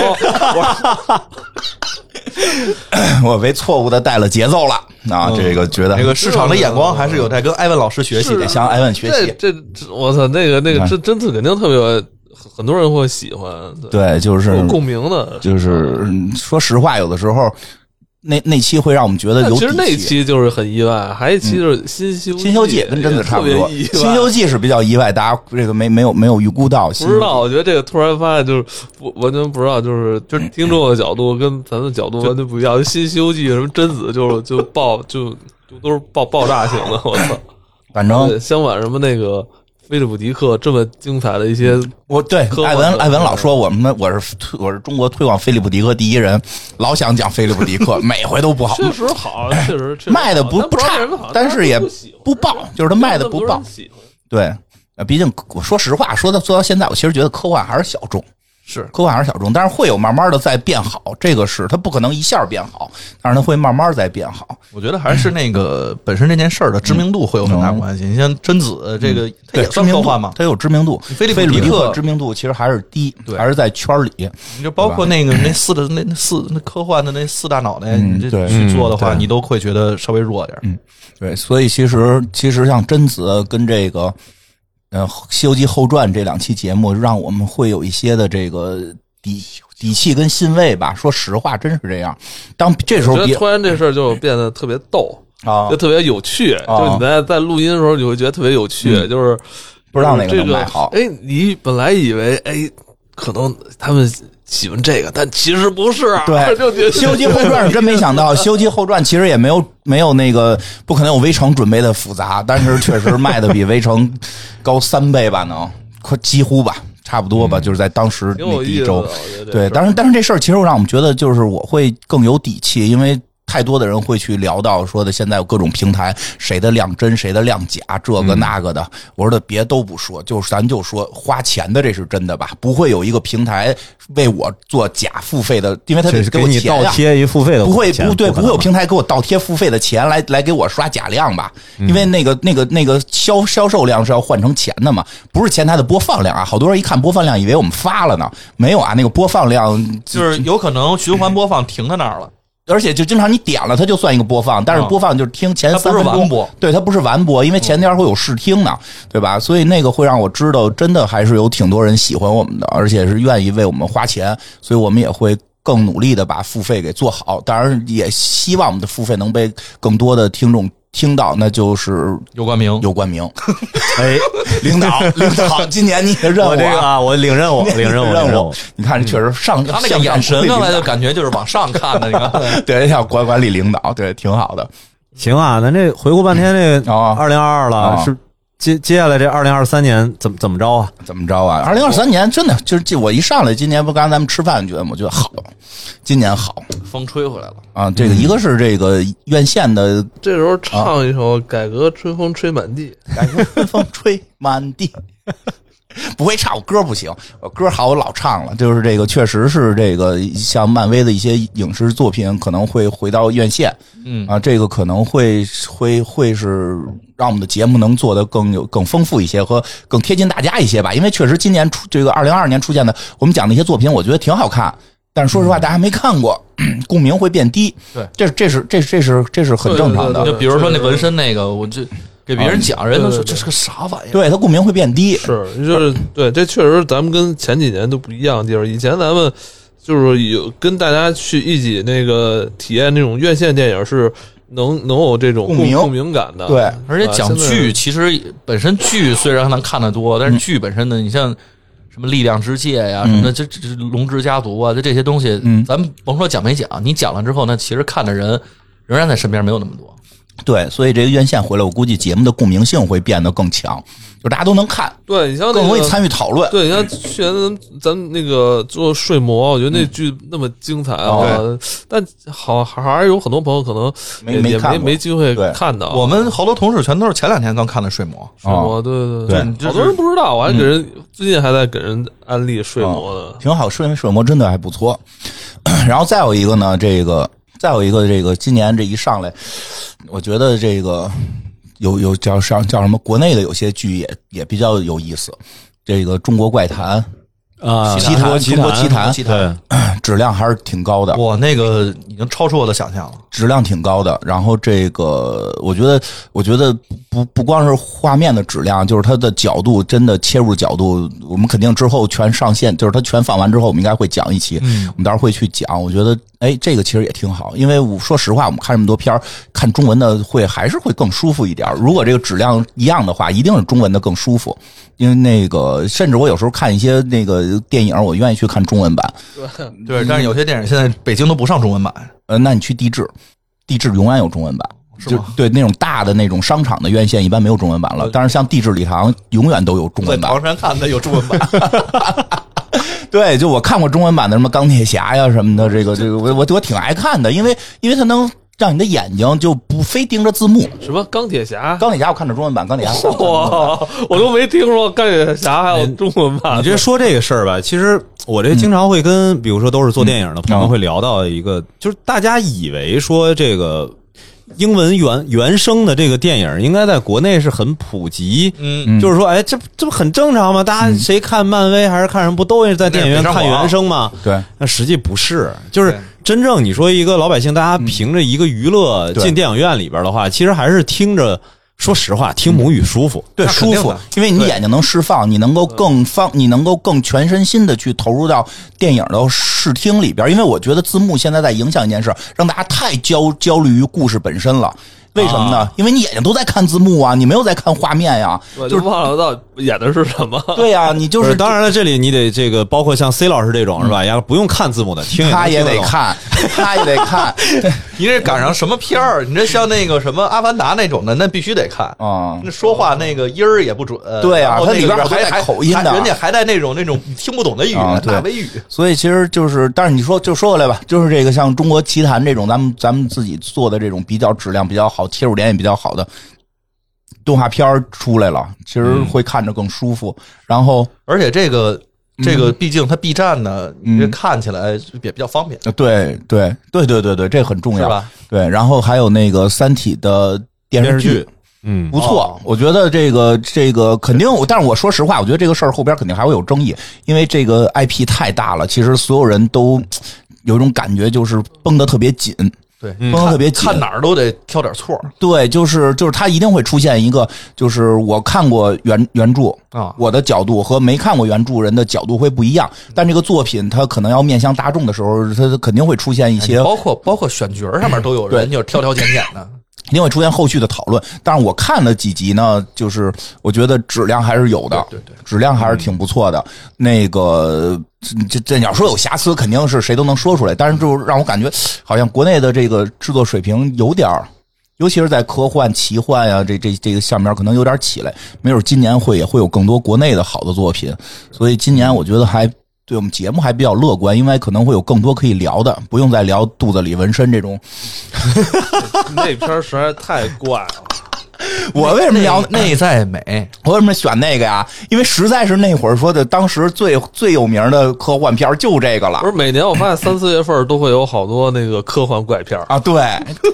我被错误的带了节奏了啊！这个觉得这个市场的眼光还是有待跟艾文老师学习的， 向艾文学习。 这这我操，那个那个真真子肯定特别，很多人会喜欢。 对，就是有共鸣的。 就是说实话，有的时候那那期会让我们觉得有底气。 其实那期就是很意外，还一期就是新修新修记跟贞子差不多。新修记是比较意外，大家这个没没有没有预估到。 不知道，我觉得这个突然发现就是不完全不知道，就是就是听众的角度跟咱的角度完全不一样。新修记什么贞子就是就爆就就都是爆爆炸性的，我操！ 反正相反，什么那个菲利普迪克这么精彩的一些， 我对艾文艾文老说我们我是我是中国推广菲利普迪克第一人，老想讲菲利普迪克，每回都不好， 确实好，确实卖的不不差，但是也不爆，就是他卖的不爆。对，毕竟我说实话，说到做到现在，我其实觉得科幻还是小众。 是科幻还是小众，但是会有慢慢的在变好，这个是它不可能一下变好，但是它会慢慢在变好。 我觉得还是那个本身这件事儿的知名度会有很大关系。嗯、你像贞子这个，它也算科幻嘛， 它有知名度。 菲利普迪克知名度其实还是低，还是在圈里。 你就包括那个那四的那那四那科幻的那四大脑袋，嗯、你这去做的话，你都会觉得稍微弱点。 嗯，对，所以其实其实像贞子跟这个。呃，《西游记后传》这两期节目，让我们会有一些的这个底底气跟欣慰吧。说实话，真是这样。当这时候， 突然这事儿就变得特别逗啊， 就特别有趣。 啊、 就你在在录音的时候，你会觉得特别有趣， 嗯、 就是不知道哪个能卖好。 哎、这个，你本来以为哎，可能他们喜欢这个，但其实不是啊。 对，《西游记后传》是真没想到，《西游记后传》其实也没有没有那个不可能有围城准备的复杂，但是确实卖的比围城高三倍吧，能快几乎吧，差不多吧，嗯、就是在当时那第一周。对，但是但是这事儿其实让我们觉得，就是我会更有底气，因为。太多的人会去聊到说的，现在有各种平台，谁的量真，谁的量假，这个那个的。嗯、我说的别都不说，就是咱就说花钱的这是真的吧？不会有一个平台为我做假付费的，因为他得给我钱呀、啊。 倒贴一付费的不会不对，不会有平台给我倒贴付费的钱来来给我刷假量吧？因为那个那个那个销销售量是要换成钱的嘛，不是前台的播放量啊。好多人一看播放量，以为我们发了呢，没有啊，那个播放量就是有可能循环播放停在那儿了。 而且就经常你点了它就算一个播放，但是播放就是听前三分钟，它不是完播，对，它不是完播，因为前天会有试听呢，对吧？所以那个会让我知道，真的还是有挺多人喜欢我们的，而且是愿意为我们花钱，所以我们也会更努力的把付费给做好。当然，也希望我们的付费能被更多的听众听到，那就是有冠名， 有冠名。哎，领导，领导，今年你的任务、啊， 我这个啊，我领任务，领任务， 任务。你看，确实上， 他那个眼神刚才就感觉就是往上看的，你看， 对，要管管理领导，对，挺好的。 行啊，咱这回顾半天，这个二零二二了， 哦、 是接接下来这二零二三年怎么怎么着啊？ 怎么着啊？二零二三年真的就是我一上来，今年不刚才咱们吃饭觉得，我觉得好，今年好， 风吹回来了啊！这个一个是这个院线的， 这时候唱一首《改革春风吹满地》， 改革春风吹满地。不会唱，我歌不行，我歌好我老唱了。就是这个，确实是这个，像漫威的一些影视作品可能会回到院线， 嗯啊，这个可能会会会是让我们的节目能做得更有更丰富一些和更贴近大家一些吧。因为确实今年出这个二零二二年出现的，我们讲的一些作品，我觉得挺好看，但是说实话，大家没看过，嗯、共鸣会变低。 对， 这这是这这是这是很正常的。 就比如说那纹身那个，我就。给别人讲，人都说这是个啥玩意儿？ 对他共鸣会变低， 是就是对，这确实咱们跟前几年都不一样的地方。以前咱们就是有跟大家去一起那个体验那种院线电影，是能能有这种共鸣共鸣感的。 对， 而且讲剧，其实本身剧虽然能看得多，但是剧本身呢，你像什么力量之界呀、什么的，这这龙之家族啊，就这些东西，咱们甭说讲没讲，你讲了之后呢，其实看的人仍然在身边没有那么多。 对，所以这个院线回来，我估计节目的共鸣性会变得更强，就大家都能看。 对，你像、那个、 更容易参与讨论。 对，你像去年咱咱那个做睡魔，我觉得那剧那么精彩啊， 嗯、 但好还是有很多朋友可能没没看没没机会看到。 我们好多同事全都是前两天刚看的睡魔， 睡魔，对对对， 对，好多人不知道，我还给人、嗯、最近还在给人安利睡魔的、 嗯，挺好，睡睡魔真的还不错。然后再有一个呢，这个。再有一个，这个今年这一上来，我觉得这个有有叫叫叫什么？国内的有些剧也也比较有意思。这个《中国怪谈》 啊， 奇谈，中国奇谈， 奇谈， 质量还是挺高的。 哇，那个已经超出我的想象了， 质量挺高的。然后这个，我觉得，我觉得不不光是画面的质量，就是它的角度，真的切入角度，我们肯定之后全上线，就是它全放完之后，我们应该会讲一期， 嗯、 我们到时候会去讲。我觉得。哎，这个其实也挺好，因为我说实话，我们看这么多片儿，看中文的会还是会更舒服一点。如果这个质量一样的话，一定是中文的更舒服。因为那个，甚至我有时候看一些那个电影，我愿意去看中文版。 对对，但是有些电影现在北京都不上中文版。 呃，那你去地质，地质永远有中文版。 就对那种大的那种商场的院线一般没有中文版了，但是像地质礼堂永远都有中文版。 在唐山看的有中文版。 对，就我看过中文版的什么钢铁侠呀什么的，这个这个我我我挺爱看的，因为因为它能让你的眼睛就不非盯着字幕。 什么钢铁侠？ 钢铁侠我看的中文版，钢铁侠哇，我都没听说钢铁侠还有中文版。 你这说这个事儿吧，其实我这经常会跟，比如说都是做电影的朋友会聊到一个，就是大家以为说这个英文原原声的这个电影应该在国内是很普及， 嗯， 就是说，哎，这这不很正常吗？大家谁看漫威还是看什么，不都在电影院看原声吗？ 对， 那实际不是，就是真正你说一个老百姓，大家凭着一个娱乐进电影院里边的话，其实还是听着。说实话，听母语舒服， 对，舒服，因为你眼睛能释放，你能够更放，你能够更全身心的去投入到电影的视听里边。因为我觉得字幕现在在影响一件事，让大家太焦焦虑于故事本身了。为什么呢？啊、因为你眼睛都在看字幕啊，你没有在看画面呀， 我就忘了到演的是什么。 对呀、啊，你就是当然了，这里你得这个，包括像 C 老师这种、嗯、是吧？要不用看字幕的，听他也得看，他也得看。 你这赶上什么片儿？你这像那个什么《阿凡达》那种的，那必须得看啊、嗯。那说话那个音儿也不准。 对呀、啊，它里边还带口音的， 人家还带那种那种听不懂的语言， 啊、 大维语。 所以其实就是，但是你说就说回来吧，就是这个像中国奇谭这种，咱们咱们自己做的这种比较质量比较好、切入点也比较好的动画片出来了，其实会看着更舒服。嗯、然后， 而且这个这个，毕竟它 B 站呢，嗯、你这看起来也比较方便。 对对对对对对，这很重要， 是吧？ 对，然后还有那个《三体》的电视剧。 嗯， 不错、 哦， 我觉得这个这个肯定，但是我说实话，我觉得这个事儿后边肯定还会有争议，因为这个 I P 太大了，其实所有人都有一种感觉，就是绷得特别紧。 对， 绷得特别紧， 看哪儿都得挑点错。 对，就是就是他一定会出现一个，就是我看过原原著啊， 我的角度和没看过原著人的角度会不一样。但这个作品它可能要面向大众的时候，它肯定会出现一些， 包括包括选角上面都有人就是挑挑拣拣的。 一定会出现后续的讨论，但是我看了几集呢，就是我觉得质量还是有的， 对 对, 对， 质量还是挺不错的。嗯、那个这这你要说有瑕疵，肯定是谁都能说出来，但是就让我感觉好像国内的这个制作水平有点，尤其是在科幻、奇幻啊这这这个上面可能有点起来，没准今年会也会有更多国内的好的作品，所以今年我觉得还。对我们节目还比较乐观，因为可能会有更多可以聊的，不用再聊肚子里纹身这种。 那片实在太怪了。 我为什么聊内在美？ 我为什么选那个呀？因为实在是那会儿说的，当时最最有名的科幻片就这个了。 不是每年我发现三四月份都会有好多那个科幻怪片啊，对。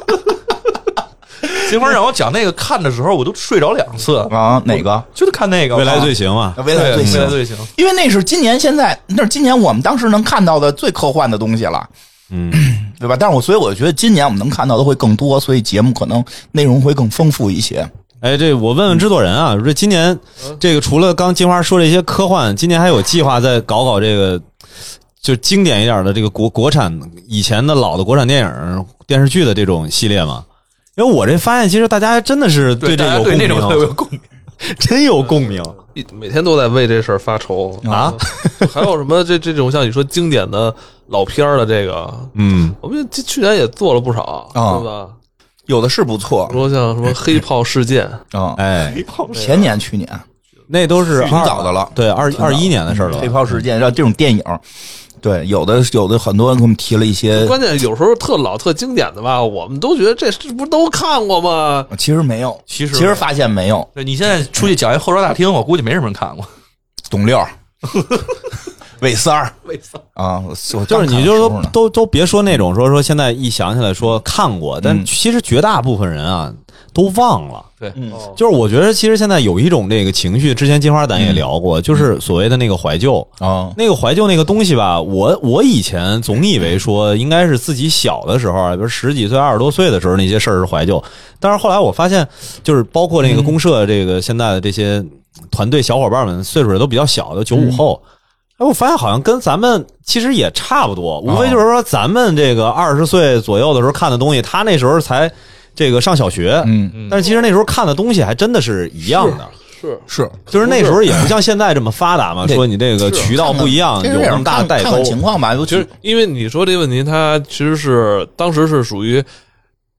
金花让我讲那个看的时候，我都睡着两次啊！哪个？ 就是看那个未来罪行嘛， 未来罪行， 未来罪行。 因为那是今年现在那是今年我们当时能看到的最科幻的东西了， 嗯， 对吧？但是我所以我觉得今年我们能看到的会更多，所以节目可能内容会更丰富一些。 哎，这我问问制作人啊，这今年这个除了刚金花说这些科幻，今年还有计划再搞搞这个就经典一点的这个国国产以前的老的国产电影电视剧的这种系列吗？因为我这发现，其实大家真的是对这有共鸣， 有共鸣， 真有共鸣， 每天都在为这事儿发愁啊！ 还有什么这这种像你说经典的老片儿的这个， 嗯， 我们去年也做了不少， 啊、 对吧？ 有的是不错， 说像什么黑炮事件啊， 哎， 黑炮前年去年那都是挺早的了， 对，二二一年的事了。 黑炮事件，让这种电影。对，有的有的很多人给我们提了一些， 关键有时候特老特经典的吧，我们都觉得这这不都看过吗？ 其实没有， 其实其实发现没有。 对，你现在出去讲一后桌大厅，我估计没什么人看过。 董六、魏三儿、 魏三啊， 就是你就都都都别说那种说说现在一想起来说看过，但其实绝大部分人啊都忘了。 对， 嗯， 就是我觉得其实现在有一种这个情绪，之前金花咱也聊过，就是所谓的那个怀旧啊， 那个怀旧那个东西吧，我我以前总以为说应该是自己小的时候，比如十几岁、二十多岁的时候那些事儿是怀旧，但是后来我发现，就是包括那个公社这个现在的这些团队小伙伴们，岁数也都比较小的九五后。哎，我发现好像跟咱们其实也差不多，无非就是说咱们这个二十岁左右的时候看的东西，他那时候才这个上小学， 嗯， 但是其实那时候看的东西还真的是一样的， 是是，是就是那时候也不像现在这么发达嘛，说你这个渠道不一样，有那么大的代沟。 情况吧， 其实因为你说这个问题，它其实是当时是属于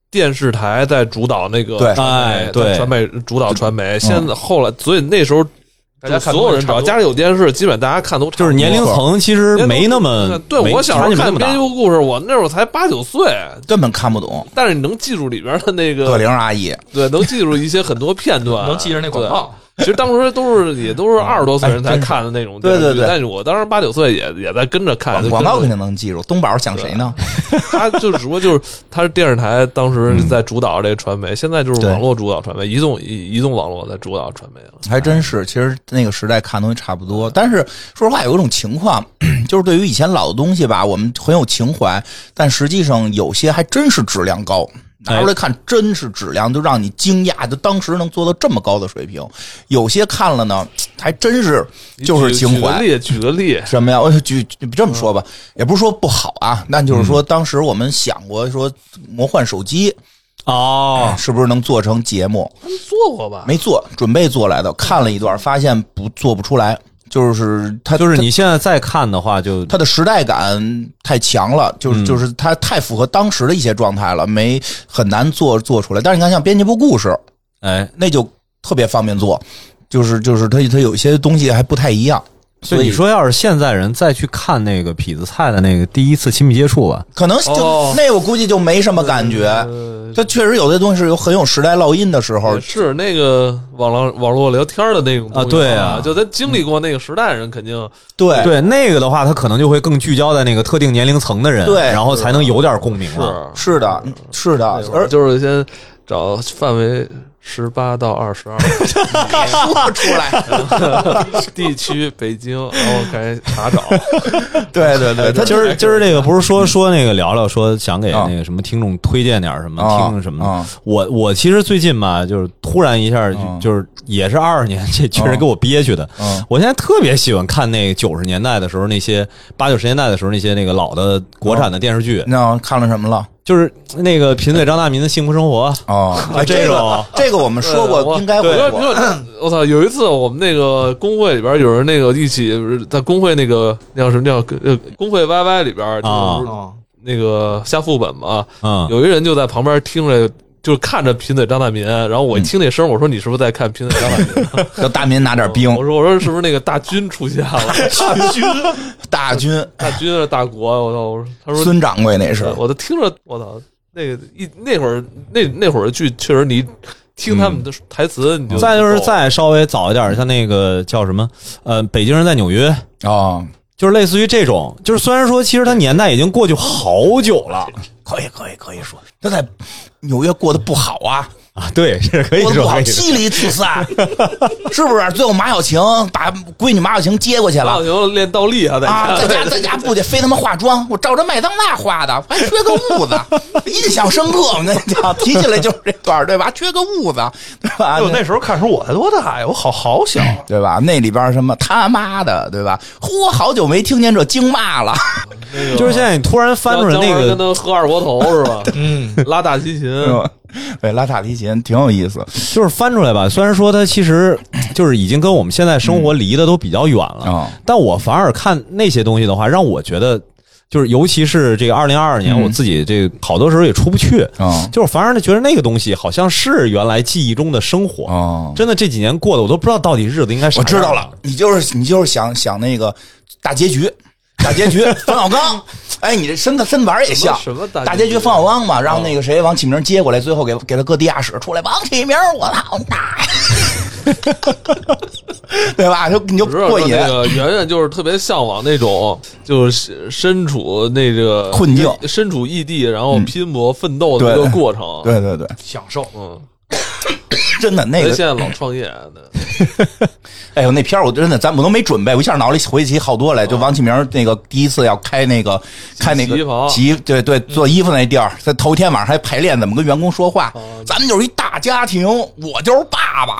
电视台在主导那个对， 哎，对， 传媒主导传媒。现在后来，所以那时候大家所有人只要家里有电视，基本大家看都就是年龄层其实没那么。 对，我小时候看编辑部故事，我那会儿才八九岁， 根本看不懂。 但是你能记住里边的那个葛玲阿姨， 对，能记住一些很多片段， 能记着那广告。 其实当时都是也都是二十多岁人才看的那种电视剧， 对对对。 但是我当时八九岁也也在跟着看， 广告肯定能记住。东宝想谁呢？ 他就只不过就是他是电视台当时在主导这个传媒，嗯、现在就是网络主导传媒，移动移移动网络在主导传媒了。 还真是，其实那个时代看东西差不多。但是说实话，有一种情况，就是对于以前老的东西吧，我们很有情怀，但实际上有些还真是质量高。拿出来看，真是质量就让你惊讶，就当时能做到这么高的水平。有些看了呢，还真是就是情怀。 举个例，举个例， 什么呀？我举这么说吧，也不是说不好啊，那就是说，当时我们想过说，魔幻手机哦， 是不是能做成节目？ 他们做过吧？ 没做，准备做来的，看了一段，发现不做不出来。就是它， 就是你现在再看的话，就它的时代感太强了，就是就是它太符合当时的一些状态了，没很难做做出来。但是你看，像编辑部故事， 哎， 那就特别方便做，就是就是它它有一些东西还不太一样。 所以你说，要是现在人再去看那个痞子蔡的那个第一次亲密接触吧， 可能就、哦、那我估计就没什么感觉。它确实有些东西是有很有时代烙印的时候， 是那个网络网络聊天的那种东西啊，对啊， 就他经历过那个时代人肯定对对那个的话，他可能就会更聚焦在那个特定年龄层的人， 对， 然后才能有点共鸣了。是是的，是的， 而就是先找范围。十八到二十二， 说出来， 地区北京，然后开始查找。 对对对， 他今儿今儿这个不是说说那个聊聊说想给那个什么听众推荐点什么、哦、听什么、哦、我我其实最近吧，就是突然一下就、哦、就是也是二十年，这确实给我憋屈的。 哦、 我现在特别喜欢看那九十年代的时候那些八九十年代的时候那些那个老的国产的电视剧。 那、哦、看了什么了？ 就是那个贫嘴张大民的幸福生活哦， 啊，这种这个我们说过，应该会过。我操，有一次我们那个工会里边有人那个一起在工会那个那叫什么叫呃工会 Y Y 里边就是那个下副本嘛， 嗯， 有一人就在旁边听着。就是看着贫嘴张大民，然后我一听那声，我说你是不是在看贫嘴张大民？ 叫大民拿点兵。 我说我说是不是那个大军出现了？ 大军，大军， 大军是大国。我操！我说他说孙掌柜那是， 我都听着我操，那个一那会儿那那会儿的剧确实你听他们的台词，你就再就是再稍微早一点，像那个叫什么呃，北京人在纽约啊。 就是类似于这种，就是虽然说其实它年代已经过去好久了， 可以可以可以说他在纽约过得不好啊啊，对，是可以说不好，妻离子散，是不是？最后马小晴把闺女马小晴接过去了， 马小晴练倒立啊，在啊，在家在家不得非他妈化妆，我照着麦当娜画的，还缺个痦子，印象深刻。我跟你讲，提起来就是这段，对吧？缺个痦子，对吧？ 我那时候看时候我才多大呀？我好好小， 对吧？那里边什么他妈的，对吧？嚯，好久没听见这京骂了。 那个、 就是现在你突然翻出来那个， 跟他喝二锅头是吧？嗯，拉大提琴。 对，拉大提琴挺有意思， 就是翻出来吧。虽然说它其实就是已经跟我们现在生活离的都比较远了， 嗯、 但我反而看那些东西的话，让我觉得就是尤其是这个二零二二年，我自己这个好多时候也出不去， 嗯、 就是反而觉得那个东西好像是原来记忆中的生活。 嗯、 真的这几年过的，我都不知道到底日子应该啥样。 我知道了，你就是你就是想想那个大结局。大结局，冯小刚，哎，你这身子身板也像什么大大结局，冯小刚嘛，让那个谁王启明接过来，最后给给他搁地下室出来，王启明，我操大爷，对吧？就你就过瘾。 那个圆圆就是特别向往那种，就是身处那个困境， 身处异地，然后拼搏奋斗的一个过程。 对对对， 享受， 嗯。 真的那个现在老创业的， 哎呦那片儿我真的咱我都没准备，我一下脑里回起好多来。就王启明那个第一次要开那个开那个洗对对做衣服那地儿，在头一天晚上还排练怎么跟员工说话。咱们就是一大家庭，我就是爸爸，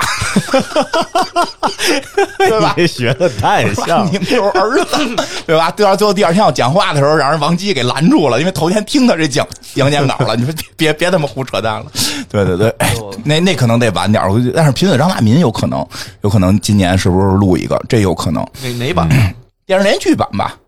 对吧？ 你学的太像， 你们就是儿子，对吧？对吧？最后第二天要讲话的时候，让人王姬给拦住了，因为头天听他这讲讲讲稿了。你说别别他妈胡扯淡了。对对对，哎，那那可能得晚点，但是贫嘴张大民有可能，有可能今年是不是录一个？这有可能。 哪哪版？ 电视连续版吧。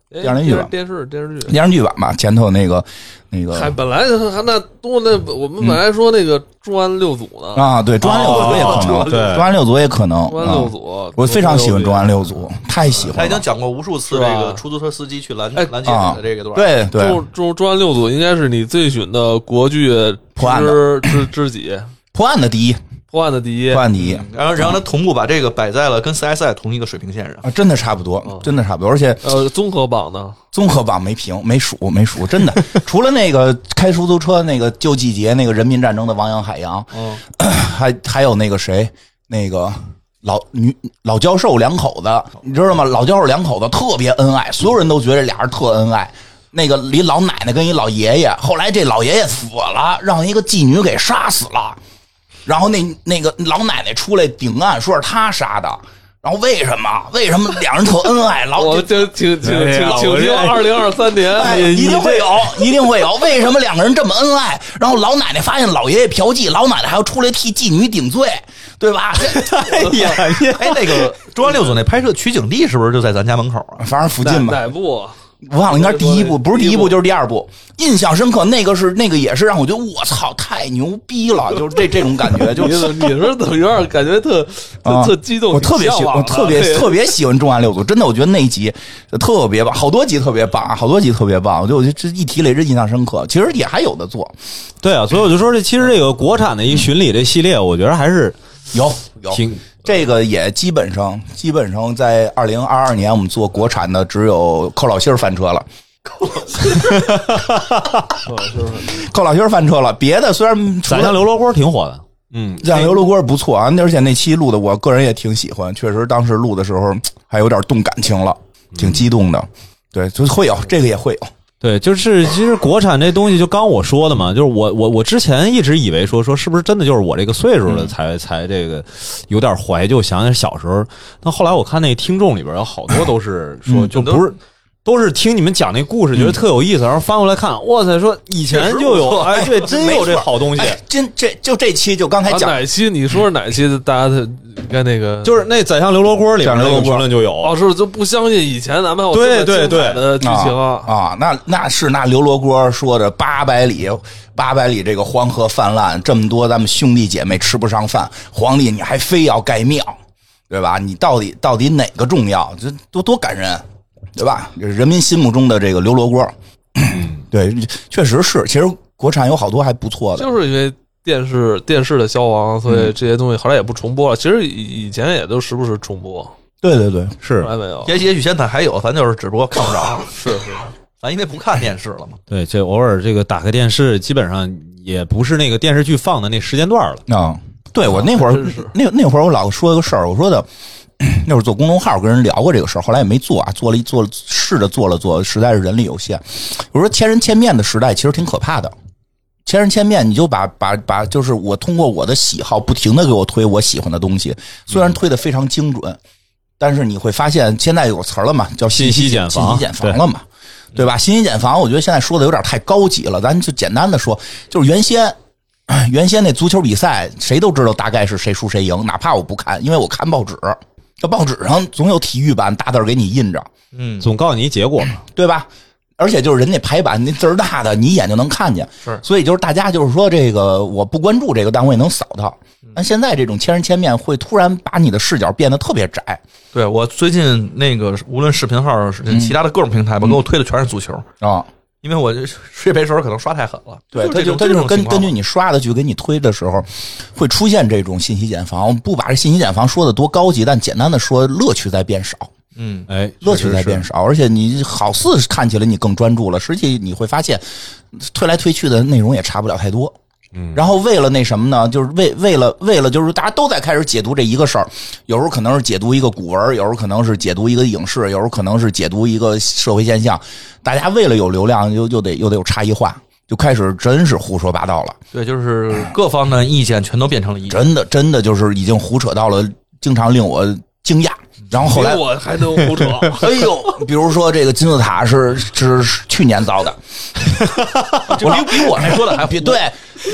电视连续剧版， 电视电视剧电视剧版吧，前头那个那个， 还本来还那多那我们本来说那个重案六组呢、 嗯、啊，对，重案六组也可能，对，重案六组也可能， 重案六组、 啊，我非常喜欢重案六组，太喜欢了。 他已经讲过无数次这个出租车司机去拦拦截你的这个段， 对对， 重重重案六组应该是你最喜欢的国剧破案之之之几？ 破案的第一。 破案的第一， 破案第一， 然后然后他同步把这个摆在了跟 C S I 同一个水平线上啊，真的差不多，嗯、真的差不多，而且呃，综合榜呢， 综合榜没评，没数，没数，真的，除了那个开出租车那个旧季节那个人民战争的汪洋海洋，嗯，还还有那个谁，那个老女老教授两口子，你知道吗？老教授两口子特别恩爱，所有人都觉得俩人特恩爱。那个一老奶奶跟一老爷爷，后来这老爷爷死了，让一个妓女给杀死了。然后那那个老奶奶出来顶案，说是他杀的。然后为什么？为什么两人特恩爱？老我就请请请请听二零二三年， 哎，一定会有，一定会有。为什么两个人这么恩爱？然后老奶奶发现老爷爷嫖妓，老奶奶还要出来替妓女顶罪，对吧？ 哎呀，哎，那个重案六组那拍摄取景地是不是就在咱家门口啊？ 反正附近吧。 哪部？ 我忘了，应该是第一部，不是第一部就是第二部。印象深刻，那个是那个也是让我觉得我操太牛逼了，就是这这种感觉。就你你是怎么有点感觉特特特激动？ 我特别喜欢，我特别特别喜欢重案六组，真的，我觉得那一集特别棒，好多集特别棒，好多集特别棒。我就我就这一提了，这印象深刻。其实也还有的做， 对啊，所以我就说这其实这个国产的一巡礼这系列，我觉得还是有有挺。 这个也基本上，基本上在二零二二年，我们做国产的只有寇老心儿翻车了。寇老心儿，寇老心儿翻车了。别的虽然宰相刘罗锅挺火的，嗯， 宰相刘罗锅不错啊，而且那期录的我个人也挺喜欢，确实当时录的时候还有点动感情了，挺激动的。对，就会有这个也会有。 对，就是其实国产这东西，就刚我说的嘛，就是我我我之前一直以为说说是不是真的就是我这个岁数了才、嗯、才这个有点怀旧，想想小时候。但后来我看那听众里边有好多都是说，就不是。都是听你们讲那故事，觉得特有意思，然后翻过来看，哇塞，说以前就有，哎，对，真有这好东西。 哎、真这就这期就刚才讲、 啊、哪期？你说是哪期？大家应该那个就是那宰相刘罗锅里面那个评论就有。 哦，是就不相信以前咱们有对对对的剧情啊啊，那那是那刘罗锅说的八百里八百里这个黄河泛滥，这么多咱们兄弟姐妹吃不上饭，皇帝你还非要盖庙，对吧？你到底到底哪个重要？这多多感人。对吧？人民心目中的这个刘罗锅，对，确实是。其实国产有好多还不错的， 就是因为电视电视的消亡，所以这些东西后来也不重播了。其实以前也都时不时重播。 对对对，是。 还没有。 也也许现在还有，咱就是只不过看不着。 是是， 咱因为不看电视了嘛。 对，这偶尔这个打开电视，基本上也不是那个电视剧放的那时间段了啊。对我那会儿，那那会儿我老说一个事儿，我说的。那会儿做公众号跟人聊过这个事儿，后来也没做啊，做了一做了试着做了做，实在是人力有限。我说千人千面的时代其实挺可怕的，千人千面，你就把把把，就是我通过我的喜好不停的给我推我喜欢的东西，虽然推的非常精准，但是你会发现现在有词儿了嘛，叫信息茧房， 信息茧房了嘛，对吧？信息茧房，我觉得现在说的有点太高级了，咱就简单的说，就是原先。原先那足球比赛，谁都知道大概是谁输谁赢，哪怕我不看，因为我看报纸，这报纸上总有体育版大字给你印着， 嗯，总告诉你结果嘛， 对吧？而且就是人家排版那字儿大的，你一眼就能看见， 是， 所以就是大家就是说这个我不关注这个，但我也能扫到。但现在这种千人千面会突然把你的视角变得特别窄。 对，我最近那个无论视频号其他的各种平台吧，嗯、给我推的全是足球啊。哦，因为我这世界杯时候可能刷太狠了， 对，他就他就是根根据你刷的去给你推的时候，会出现这种信息茧房。我们不把这信息茧房说的多高级，但简单的说，乐趣在变少。 嗯， 哎， 乐趣在变少，而且你好似看起来你更专注了，实际你会发现，推来推去的内容也差不了太多。嗯，然后为了那什么呢？就是为为了为了就是大家都在开始解读这一个事儿，有时候可能是解读一个古文，有时候可能是解读一个影视，有时候可能是解读一个社会现象。大家为了有流量，又又得又得有差异化，就开始真是胡说八道了。 对，就是各方的意见全都变成了意见， 真的真的就是已经胡扯到了，经常令我惊讶。然后后来我还能胡扯， 哎呦，比如说这个金字塔是是去年造的，我比比我还说的还比对，哎，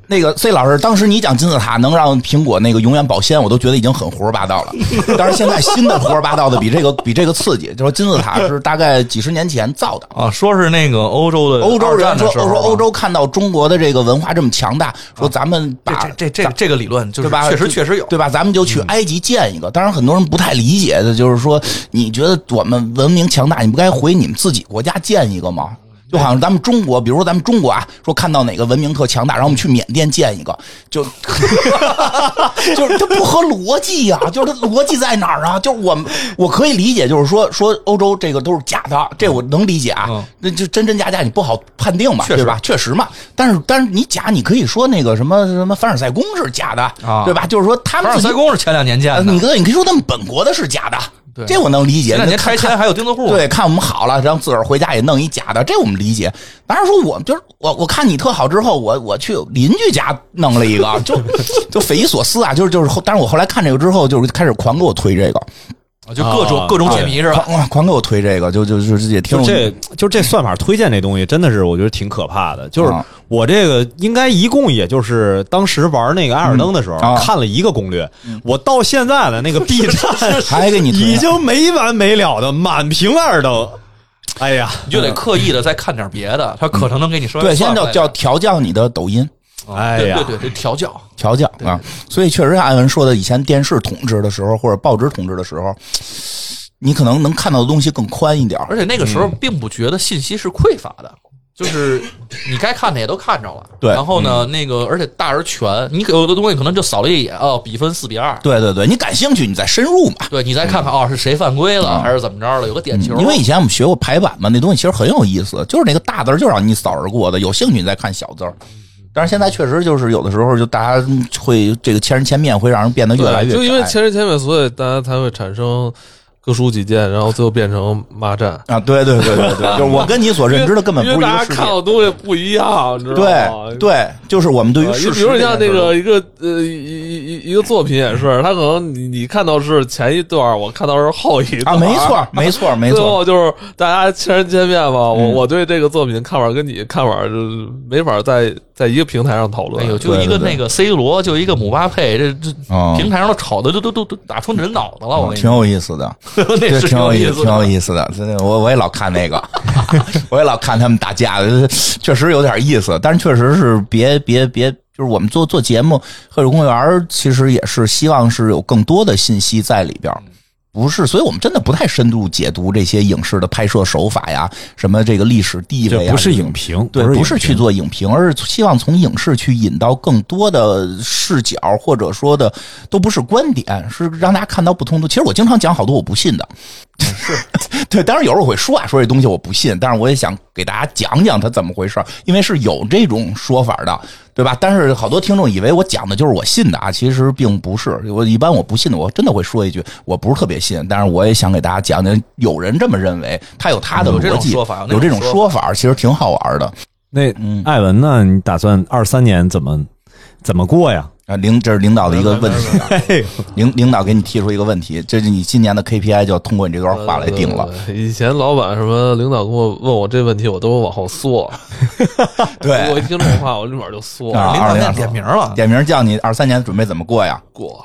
那个 C 老师，当时你讲金字塔能让苹果那个永远保鲜，我都觉得已经很胡说八道了。但是现在新的胡说八道的比这个比这个刺激，就说金字塔是大概几十年前造的啊，说是那个欧洲的欧洲人说说说欧洲看到中国的这个文化这么强大，说咱们把这这这这个理论就是对吧？ 确实确实有对吧？咱们就去埃及建一个。当然，很多人不太理解的就是说，你觉得我们文明强大，你不该回你们自己国家建一个吗？就好像咱们中国，比如说咱们中国啊，说看到哪个文明特强大，然后我们去缅甸建一个，就就是它不合逻辑呀、啊，就是它逻辑在哪儿啊？就是我我可以理解，就是说说欧洲这个都是假的，这我能理解啊， 嗯、 那就真真假假你不好判定嘛，对吧？确实嘛，但是但是你假，你可以说那个什么什么凡尔赛宫是假的，啊、对吧？就是说他们凡尔赛宫是前两年建的， 你可以你可以说他们本国的是假的。这我能理解。 前两年拆迁还有钉子户， 对，看我们好了，然后自个儿回家也弄一假的，这我们理解。当然说我就是我，我看你特好之后，我我去邻居家弄了一个，就就匪夷所思啊！就是就是，但是我后来看这个之后，就是开始狂给我推这个。 就各种、哦、各种解谜是吧？ 狂狂给我推这个，就就就也挺就这就这算法推荐这东西，真的是我觉得挺可怕的。就是我这个应该一共也就是当时玩那个艾尔登的时候、嗯啊、看了一个攻略，嗯、我到现在的那个 B 站还给你已经没完没了的满屏艾尔登。哎呀， 你就得刻意的再看点别的，他可能能给你说、 嗯、对，现在叫叫调教你的抖音。 哎呀， 对对对，调教调教啊！所以确实像艾文说的，以前电视统治的时候或者报纸统治的时候。你可能能看到的东西更宽一点， 而且那个时候并不觉得信息是匮乏的，嗯、就是你该看的也都看着了。 对， 然后呢，嗯、那个而且大而全，你有的东西可能就扫了一眼，哦，比分四比二。 对对对，你感兴趣，你再深入嘛。 对，你再看看，嗯、哦，是谁犯规了，嗯、还是怎么着了？有个点球。 因为以前我们学过排版嘛，那东西其实很有意思，就是那个大字就让你扫而过的，有兴趣你再看小字儿。但是现在确实就是有的时候就大家会这个千人千面，会让人变得越来越就因为千人千面，所以大家才会产生。各抒己见，然后最后变成骂战啊！对对对对对，就是我跟你所认知的根本不是一个世界， 大家看到东西不一样，你知道吗？ 对对，就是我们对于事实， 比如像那个一个呃一一一个作品也是，他可能你你看到是前一段，我看到是后一段啊，没错没错没错。 最后就是大家千人千面嘛，我我对这个作品看法跟你看法就没法在在一个平台上讨论。 哎呦，就一个那个 C 罗，就一个姆巴佩，这这平台上都吵的都都都都打出人脑子了，我跟你挺有意思的。 那是挺有意思，挺有意思的。我我也老看那个，我也老看他们打架，确实有点意思。但是确实是别别别，就是我们做做节目，黑水公园其实也是希望是有更多的信息在里边。不是，所以我们真的不太深度解读这些影视的拍摄手法呀，什么这个历史地位呀， 不是影评， 对， 不是, 不是去做影评，而是希望从影视去引到更多的视角，或者说的都不是观点，是让大家看到不同的。其实我经常讲好多我不信的，是对，当然有时候我会说啊，说这东西我不信，但是我也想给大家讲讲它怎么回事，因为是有这种说法的。对吧？但是好多听众以为我讲的就是我信的啊，其实并不是。我一般我不信的，我真的会说一句，我不是特别信。但是我也想给大家讲讲，有人这么认为，他有他的逻辑， 有这种说法， 有这种说法，其实挺好玩的。 那嗯，艾文呢？你打算二三年怎么怎么过呀？ 啊，领这是领导的一个问题、啊，领领导给你提出一个问题，这是你今年的 K P I 就要通过你这段话来定了。 呃、以前老板什么领导跟我问我这问题，我都往后缩。 对， 我一听这种话，我立马就缩。 啊、 领导现在点名了， 点名叫你二三年准备怎么过呀？ 过。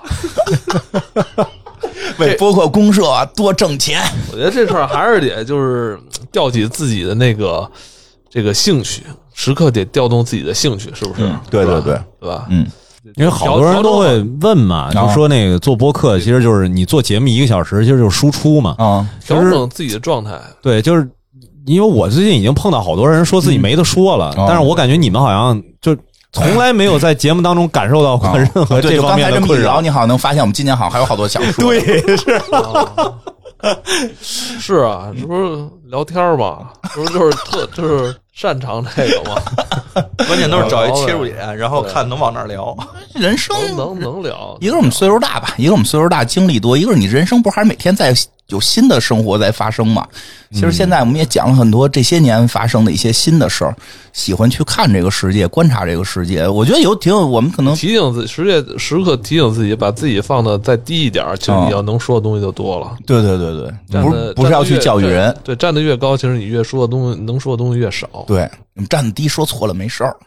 为播客公社多挣钱。 我觉得这事儿还是得就是吊起自己的那个这个兴趣，时刻得调动自己的兴趣，是不是？ 嗯、对对对， 对吧？ 嗯。 因为好多人都会问嘛，就说那个做播客其实就是你做节目一个小时，其实就是输出嘛， 啊， 调整自己的状态。 对，就是因为我最近已经碰到好多人说自己没得说了，嗯、但是我感觉你们好像就从来没有在节目当中感受到过任何这方面的困扰。 你好像能发现我们今年好像还有好多想说。 对，是。 是啊，这不是聊天嘛？这不就是特就是擅长这个吗？ 关键都是找一切入点，然后看能往哪儿聊。 人生能能聊， 一个是我们岁数大吧，一个我们岁数大经历多，一个是你人生不是还是每天在有新的生活在发生嘛？其实现在我们也讲了很多这些年发生的一些新的事儿，喜欢去看这个世界，观察这个世界。我觉得有挺有，我们可能提醒自己，时界时刻提醒自己，把自己放的再低一点，其实你要能说的东西就多了。 对对对对，不是不是要去教育人， 对，站得越高，其实你越说的东西能说的东西越少。 对，你们站得低，说错了没事儿。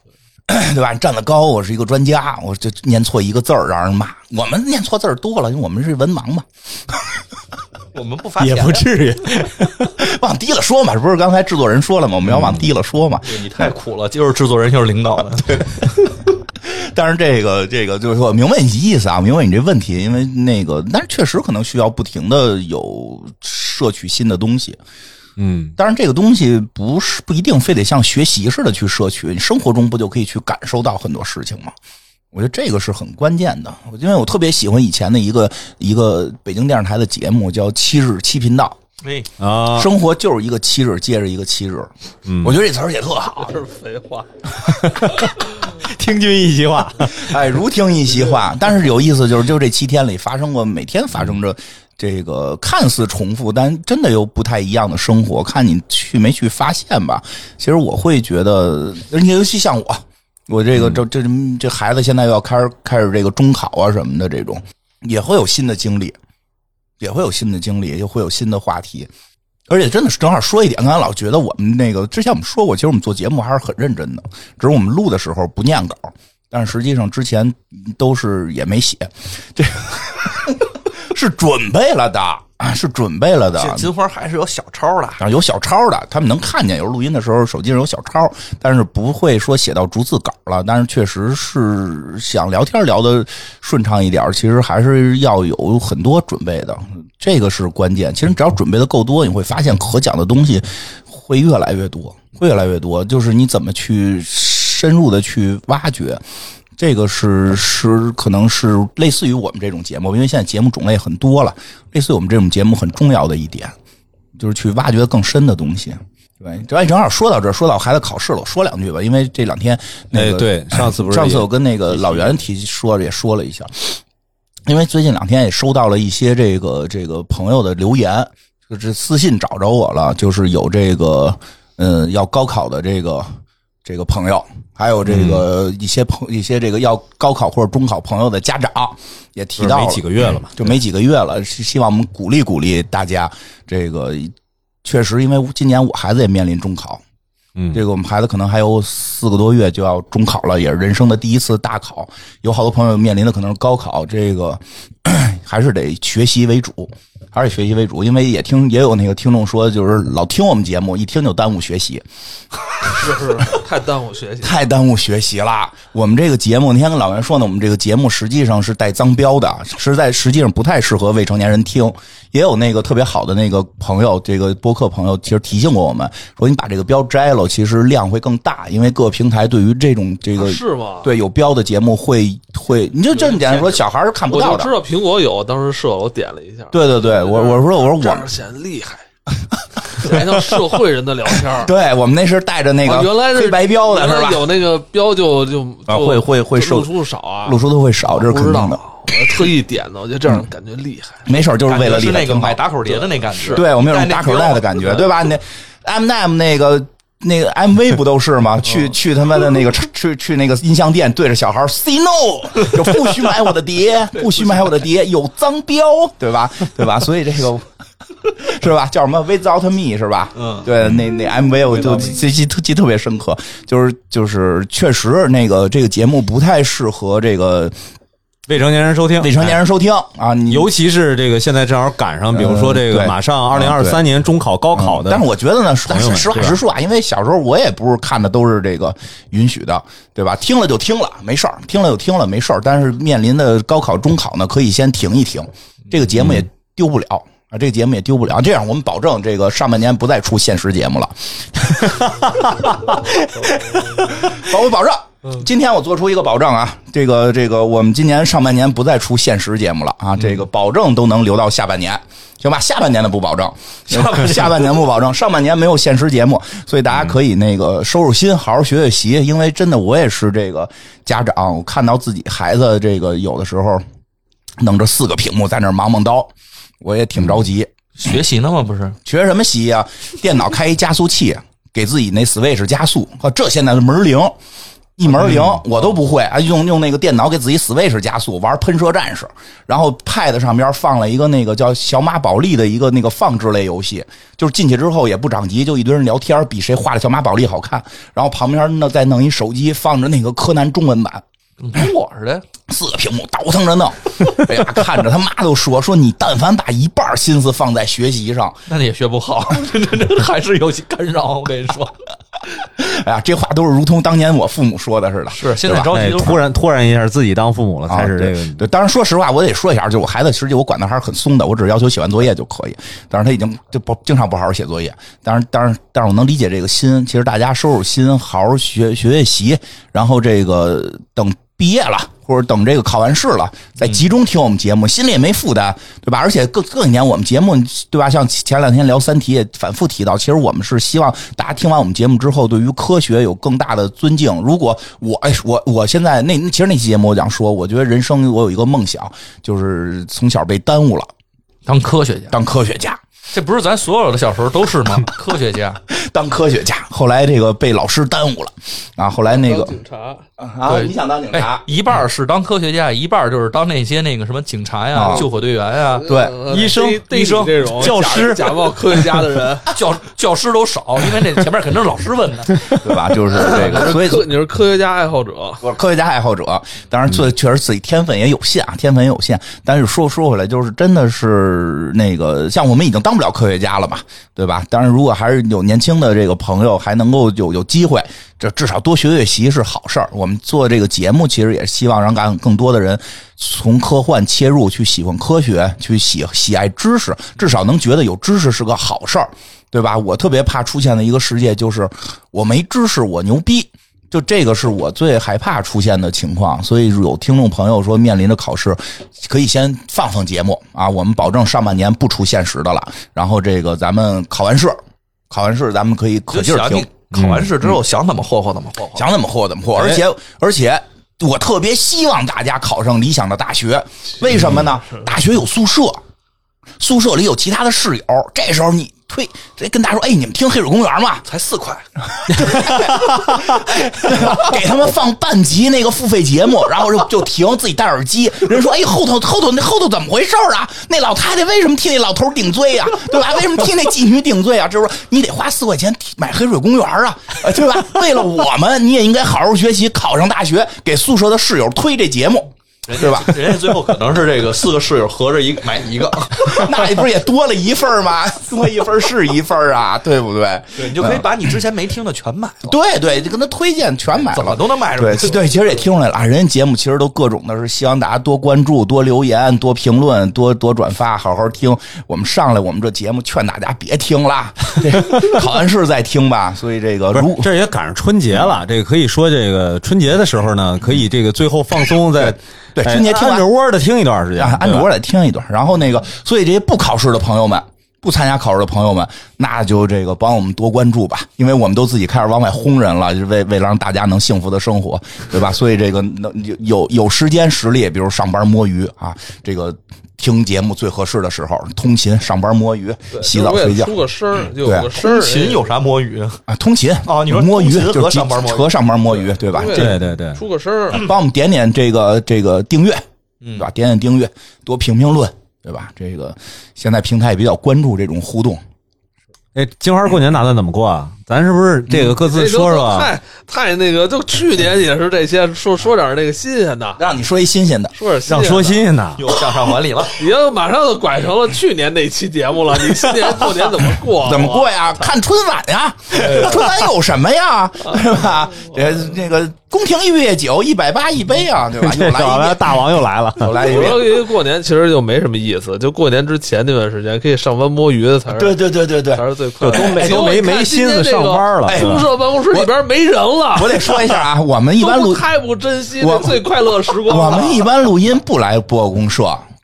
对吧？站得高，我是一个专家，我就念错一个字儿让人骂。我们念错字儿多了，因为我们是文盲嘛。 我们不发现也不至于往低了说嘛，不是刚才制作人说了吗？我们要往低了说嘛。 对你太苦了，就是制作人又是领导的。 对。但是这个这个就是说，明白你意思啊，明白你这问题，因为那个，但是确实可能需要不停的有摄取新的东西。 嗯， 当然这个东西不是不一定非得像学习似的去摄取，你生活中不就可以去感受到很多事情吗？我觉得这个是很关键的。因为我特别喜欢以前的一个一个北京电视台的节目叫七日七频道。 哎啊， 生活就是一个七日接着一个七日。嗯，我觉得这词儿写特好。 这是废话。 听君一席话， 哎，如听一席话。但是有意思就是，就这七天里发生过，每天发生着这个看似重复，但真的又不太一样的生活，看你去没去发现吧。其实我会觉得，尤其像我，我这个这这这孩子现在又要开始开始这个中考啊什么的，这种也会有新的经历，也会有新的经历，也会有新的话题。而且真的是正好说一点，刚才老觉得我们那个之前我们说过，其实我们做节目还是很认真的，只是我们录的时候不念稿，但是实际上之前都是也没写，这是准备了的。啊，是准备了的。 金花还是有小抄的， 啊，有小抄的，他们能看见。有时候录音的时候，手机上有小抄，但是不会说写到逐字稿了。但是确实是想聊天聊得顺畅一点，其实还是要有很多准备的，这个是关键。其实只要准备的够多，你会发现可讲的东西会越来越多，会越来越多。就是你怎么去深入的去挖掘。这个是是可能是类似于我们这种节目，因为现在节目种类很多了，类似于我们这种节目很重要的一点，就是去挖掘更深的东西。对，这正好说到这儿，说到孩子考试了，我说两句吧，因为这两天那个、 哎、对，上次不是上次我跟那个老袁提说也说了一下，因为最近两天也收到了一些这个这个朋友的留言，就是私信找着我了，就是有这个嗯要高考的这个这个朋友。还有这个一些朋一些这个要高考或者中考朋友的家长也提到了， 没几个月了嘛， 就没几个月了，希望我们鼓励鼓励大家。这个确实，因为今年我孩子也面临中考，嗯，这个我们孩子可能还有四个多月就要中考了，也是人生的第一次大考。有好多朋友面临的可能是高考，这个还是得学习为主。还是学习为主，因为也听也有那个听众说，就是老听我们节目，一听就耽误学习， 是是太耽误学习， 太耽误学习了。我们这个节目那天跟老袁说呢，我们这个节目实际上是带脏标的，实在实际上不太适合未成年人听。也有那个特别好的那个朋友，这个播客朋友，其实提醒过我们说，你把这个标摘了，其实量会更大，因为各平台对于这种这个、 啊、是吗？ 对有标的节目会会，你就这么简单说，小孩是看不到的。 我就知道苹果有，当时设我点了一下。 对对对，我我说我说我这样显厉害。还像社会人的聊天， 对我们那是带着那个原来是黑白标的是吧？ 有那个标就就啊会会会露出少啊， 露出的会少，这是肯定的。 我特意点的，我觉得这样感觉厉害。 没事，就是为了是那个买打口碟的那感觉， 对我们有种打口袋的感觉，对吧？那 M and M 那个。那个 M V 不都是吗？去去他妈的那个去去那个音像店，对着小孩 say no， 就不许买我的碟，不许买我的碟，有脏标，对吧？对吧？所以这个是吧？叫什么 Without Me 是吧？嗯，对，那那 M V 我就记记记特别深刻，就是就是确实那个这个节目不太适合这个。 未成年人收听， 未成年人收听啊！你尤其是这个现在正好赶上，比如说这个马上二零二三年中考、高考的。 但是我觉得呢，但是实话实说啊，因为小时候我也不是看的都是这个允许的，对吧？听了就听了，没事儿；听了就听了，没事儿。但是面临的高考、中考呢，可以先停一停，这个节目也丢不了。啊，这个节目也丢不了，这样我们保证这个上半年不再出限时节目了。我保证，今天我做出一个保证啊，这个这个我们今年上半年不再出限时节目了啊，这个保证都能留到下半年，行吧？下半年的不保证，下半年不保证，上半年没有限时节目，所以大家可以那个收收心，好好学学习，因为真的我也是这个家长，我看到自己孩子这个有的时候弄着四个屏幕在那忙忙叨。我也挺着急， 学习呢吗？不是学什么习啊？电脑开一加速器，给自己那 Switch 加速，这现在的门铃， 一门灵，我都不会啊！用用那个电脑给自己 Switch 加速玩喷射战士，然后 Pad 上边放了一个那个叫小马宝莉的一个那个放置类游戏，就是进去之后也不长级，就一堆人聊天，比谁画的小马宝莉好看。然后旁边呢再弄一手机，放着那个柯南中文版， 跟我似的， 四个屏幕倒腾着弄。哎呀，看着他妈都说说你但凡把一半心思放在学习上， 那你也学不好，还是有些干扰。我跟你说。 哎呀，这话都是如同当年我父母说的似的。 是，现在着急都、 哎、突然突然一下自己当父母了，开始这个、 啊、对, 对。当然，说实话，我得说一下，就我孩子，实际我管的还是很松的，我只要求写完作业就可以。但是他已经就不经常不好好写作业。当然，当然，但是我能理解这个心。其实大家收收心，好好学学学习，然后这个等毕业了。或者等这个考完试了，再集中听我们节目，心里也没负担，对吧？而且各各一年我们节目，对吧？像前两天聊三体也反复提到，其实我们是希望大家听完我们节目之后，对于科学有更大的尊敬。如果我哎，我我现在那其实那期节目我讲说，我觉得人生我有一个梦想，就是从小被耽误了， 当科学家， 当科学家。 这不是咱所有的小时候都是吗？科学家， 当科学家，后来这个被老师耽误了啊。后来那个警察啊，你想当警察、 哎，一半是当科学家，一半就是当那些那个什么警察呀、啊、救火队员呀、 对、 呃、 医生、 医生这种教师假冒科学家的人， 教教师都少，因为那前面肯定是老师问的， 对吧？就是这个，所以你是科学家爱好者， 我是科学家爱好者，当然最确实自己天分也有限啊，天分也有限。但是说说回来，就是真的是那个，像我们已经当不了科学家了嘛。对吧？当然，如果还是有年轻的这个朋友，还能够有有机会，这至少多学学习是好事儿。我们做这个节目，其实也希望让更多的人从科幻切入，去喜欢科学，去喜喜爱知识，至少能觉得有知识是个好事儿，对吧？我特别怕出现的一个世界就是我没知识，我牛逼。就这个是我最害怕出现的情况，所以有听众朋友说面临着考试，可以先放放节目啊，我们保证上半年不出现实的了。然后这个咱们考完试，考完试咱们可以可劲儿听。 考完试之后想怎么霍霍怎么霍霍， 想怎么霍霍怎么霍霍。而且而且我特别希望大家考上理想的大学，为什么呢？大学有宿舍，宿舍里有其他的室友，这时候你。推这跟大家说，哎，你们听黑水公园吗？ 才四块， 给他们放半集那个付费节目，然后就就停，自己戴耳机。人说，哎，后头后头那后头怎么回事啊？那老太太为什么替那老头顶罪呀、啊？对吧？为什么替那妓女顶罪啊？就是说，你得花四块钱买黑水公园啊，对吧？为了我们，你也应该好好学习，考上大学，给宿舍的室友推这节目。对吧？ 人家最后可能是这个四个室友合着一个买一个， 那不是也多了一份吗？多一份是一份啊，对不对？ 对，你就可以把你之前没听的全买了。 嗯、对对，就跟他推荐全买了， 怎么都能买着。 对对，其实也听出来了啊，人家节目其实都各种的是希望大家多关注、多留言、多评论、多多转发，好好听。我们上来我们这节目劝大家别听了，考完试再听吧。所以这个如这也赶上春节了，这个可以说这个春节的时候呢，可以这个最后放松在。 对，春节听按着窝的听一段时间， 按着窝的听一段。然后那个，所以这些不考试的朋友们，不参加考试的朋友们，那就这个帮我们多关注吧，因为我们都自己开始往外轰人了，就是为为了让大家能幸福的生活，对吧？所以这个能有有时间实力，比如上班摸鱼啊，这个。听节目最合适的时候，通勤、上班摸鱼、洗澡睡觉， 出个声儿，就有个声儿。 通勤有啥摸鱼啊？通勤哦，你说摸鱼和上班摸鱼， 和上班摸鱼，对吧？ 对对对， 出个声儿， 帮我们点点这个这个订阅，对吧？点点订阅，多评评论，对吧？这个现在平台也比较关注这种互动。 哎，金花过年打算怎么过啊？咱是不是这个各自说说？ 太太那个，就去年也是这些，说说点那个新鲜的， 让你说一新鲜的， 说点新鲜的让说新鲜的， 又向上管理了。 你要马上就拐成了去年那期节目了，你新年过年怎么过？ 怎么过呀？看春晚呀，春晚有什么呀？对吧？这这个宫廷玉液酒一百八一杯啊，对吧？又来一遍， 大王又来了， 又来一遍。 我觉得过年其实就没什么意思，就过年之前那段时间可以上班摸鱼的才是， 对对对对对， 才是最快的，都没都没没心思上班了。 宿舍办公室里边没人了， 我得说一下啊，我们一般录太不珍惜这最快乐的时光。 我们一般录音不来播公社。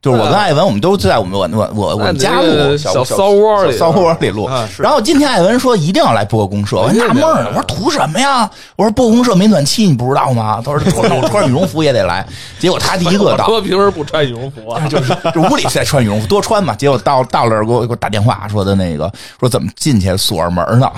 就是我跟艾文，我们都在我们我我我我们家录小骚窝里， 骚窝里录。然后今天艾文说一定要来播公社，我纳闷呢，我说图什么呀？我说播公社没暖气，你不知道吗？他说穿穿羽绒服也得来。结果他第一个到， 我平时不穿羽绒服啊， 就是就屋里在穿羽绒服，多穿嘛。结果到到那儿给我给我打电话说的那个说怎么进去锁着门呢？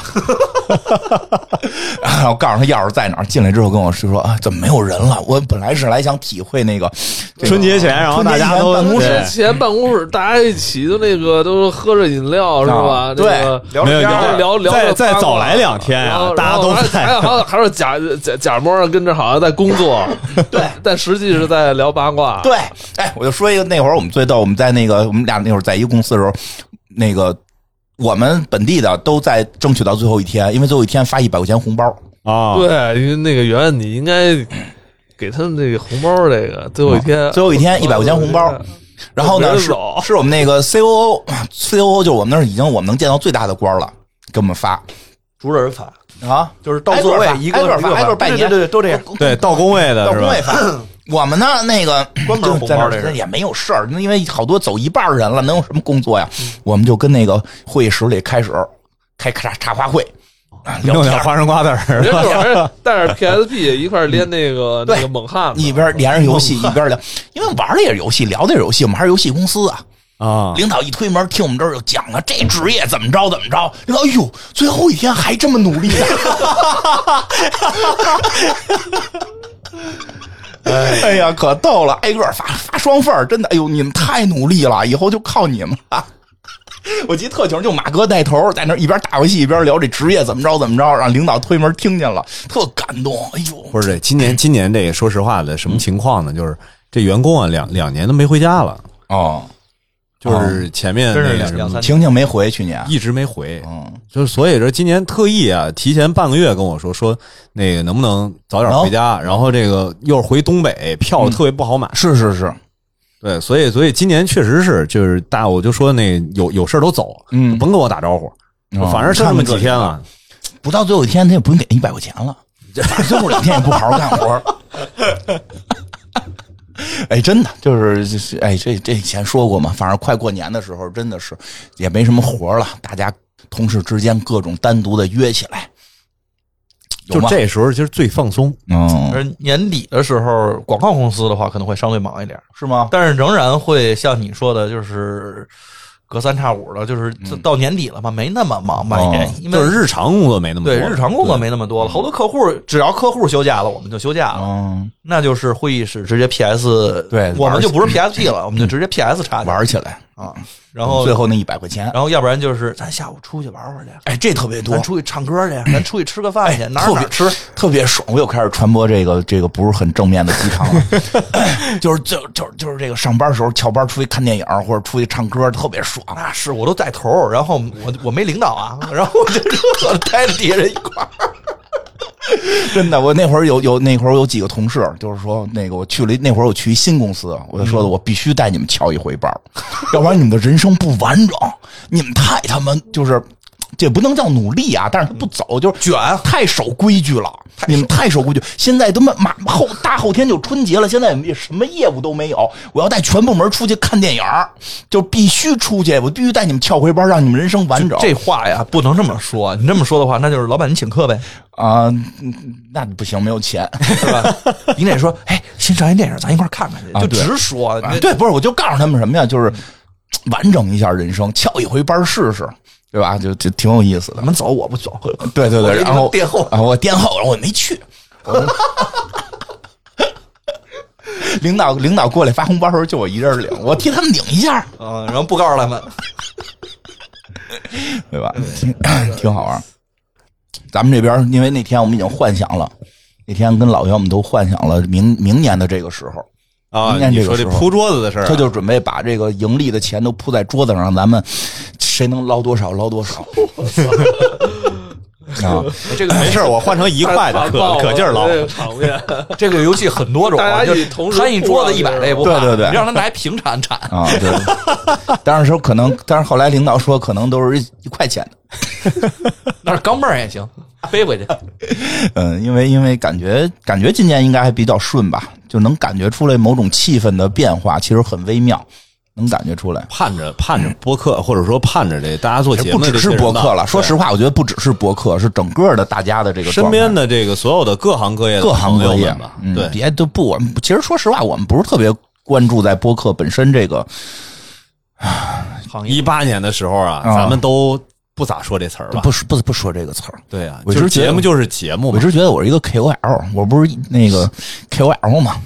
然后我告诉他钥匙在哪儿，进来之后跟我说说啊，怎么没有人了？我本来是来想体会那个春节前，然后大家都办公室前办公室大家一起都那个都喝着饮料是吧？ 对， 聊聊聊聊， 再再早来两天啊，大家都在， 还有还有还是假假假模跟着好像在工作， 对， 但实际是在聊八卦。 对，哎，我就说一个，那会儿我们最逗，我们在那个我们俩那会儿在一个公司的时候，那个我们本地的都在争取到最后一天，因为最后一天发一百块钱红包啊。 对，因为那个原你应该给他们这个红包，这个最后一天， 最后一天一百块钱红包。然后呢，是是我们那个 C O O，C O O 就是我们那儿已经我们能见到最大的官了，给我们发， 逐人发啊， 就是到座位一个挨个发，挨个拜年， 对对对，都这样。 对，到工位的， 到工位发。我们呢，那个关门红包这也没有事儿，因为好多走一半人了，能有什么工作呀？我们就跟那个会议室里开始开茶茶话会。 弄点花生瓜子儿， 那会儿带着 P S P 一块连那个那个猛汉， 一边连着游戏一边聊，因为玩的也是游戏，聊的也是游戏，我们还是游戏公司啊。 啊！ 领导一推门，听我们这儿就讲了这职业怎么着怎么着。领导，哎呦，最后一天还这么努力的。哎呀，可逗了，挨个发发双份儿，真的，哎呦，你们太努力了，以后就靠你们了。我记得特清，就马哥带头在那一边打游戏一边聊这职业怎么着怎么着，让领导推门听见了，特感动。哎呦， 不是这今年今年这个说实话的什么情况呢？就是这员工啊，两两年都没回家了哦。 就是前面那个两三婷婷没回，去年一直没回， 嗯， 就是所以说今年特意啊，提前半个月跟我说说那个能不能早点回家，然后这个又是回东北，票特别不好买， 是是是， 对，所以所以今年确实是就是大，我就说那有有事都走， 嗯， 甭跟我打招呼，反正就这么几天了， 不到最后一天他也不用给一百块钱了，反正最后两天也不好好干活。哎，真的就是就是，哎，这这以前说过嘛，反正快过年的时候，真的是也没什么活了，大家同事之间各种单独的约起来， 就这时候就是最放松。 嗯， 而年底的时候，广告公司的话可能会相对忙一点， 是吗？ 但是仍然会像你说的，就是隔三差五的，就是到年底了嘛，没那么忙吧？ 哦、 因为就是日常工作没那么多， 对，日常工作没那么多了。好多客户只要客户休假了，我们就休假了。 嗯， 那就是会议室直接 P S， 对， 我们就不是 P S P 了，我们就直接 P S 插玩起来啊。然后最后那一百块钱， 然后要不然就是咱下午出去玩玩去， 哎，这特别多， 咱出去唱歌去，咱出去吃个饭去，哪儿哪儿吃， 特别爽。我又开始传播这个这个不是很正面的鸡汤了，就是就就就是这个上班的时候翘班出去看电影或者出去唱歌特别爽。 那是我都带头，然后我我没领导啊，然后我就带着底下人一块儿。 真的，我那会儿有有那会儿有几个同事，就是说那个我去了那会儿我去一新公司，我就说的我必须带你们翘一回班，要不然你们的人生不完整，你们太他妈就是这不能叫努力啊，但是他不走就是卷， 太守规矩了，你们太守规矩。现在他妈马后大后天就春节了，现在什么业务都没有，我要带全部门出去看电影，就必须出去，我必须带你们翘回班，让你们人生完整。 这话呀不能这么说，你这么说的话，那就是老板你请客呗。 啊、呃，那不行，没有钱， 是吧？你得说，哎，新上一电影，咱一块看看去，就直说。 啊、对, 对，不是，我就告诉他们什么呀，就是完整一下人生，翘一回班试试，对吧？就就挺有意思的。 我们走，我不走。 对对对，然后垫后啊，我垫后，然后我没去。领导领导过来发红包的时候，就我一人领，我替他们领一下， 嗯，然后不告诉他们， 对吧？挺挺好玩。咱们这边，因为那天我们已经幻想了，那天跟老袁我们都幻想了明明年的这个时候啊， 明年这个时候你说这铺桌子的事儿、啊， 他就准备把这个盈利的钱都铺在桌子上，让咱们谁能捞多少捞多少。啊， 这个没事，我换成一块的，可可劲儿捞。 这个场面， 这个游戏很多种， 大家一同时摊一桌子一百类不对对对， 你让他拿平铲铲啊，对。但是说可能，但是后来领导说可能都是一块钱的， 那是钢镚儿也行，背回去。 嗯，因为因为感觉感觉今年应该还比较顺吧，就能感觉出来某种气氛的变化，其实很微妙。 能感觉出来。 盼着盼着播客，或者说盼着这大家做节目， 不只是播客了。说实话，我觉得不只是播客，是整个的大家的这个身边的这个所有的各行各业的各行各业吧。 嗯、 对， 别都不，我们其实说实话，我们不是特别关注在播客本身这个。 一八年的时候啊，咱们都不咋说这词儿吧？ 不不不说这个词儿。 对啊，我一直节目就是节目， 我一直觉得我是一个 K O L， 我不是那个 K O L 吗？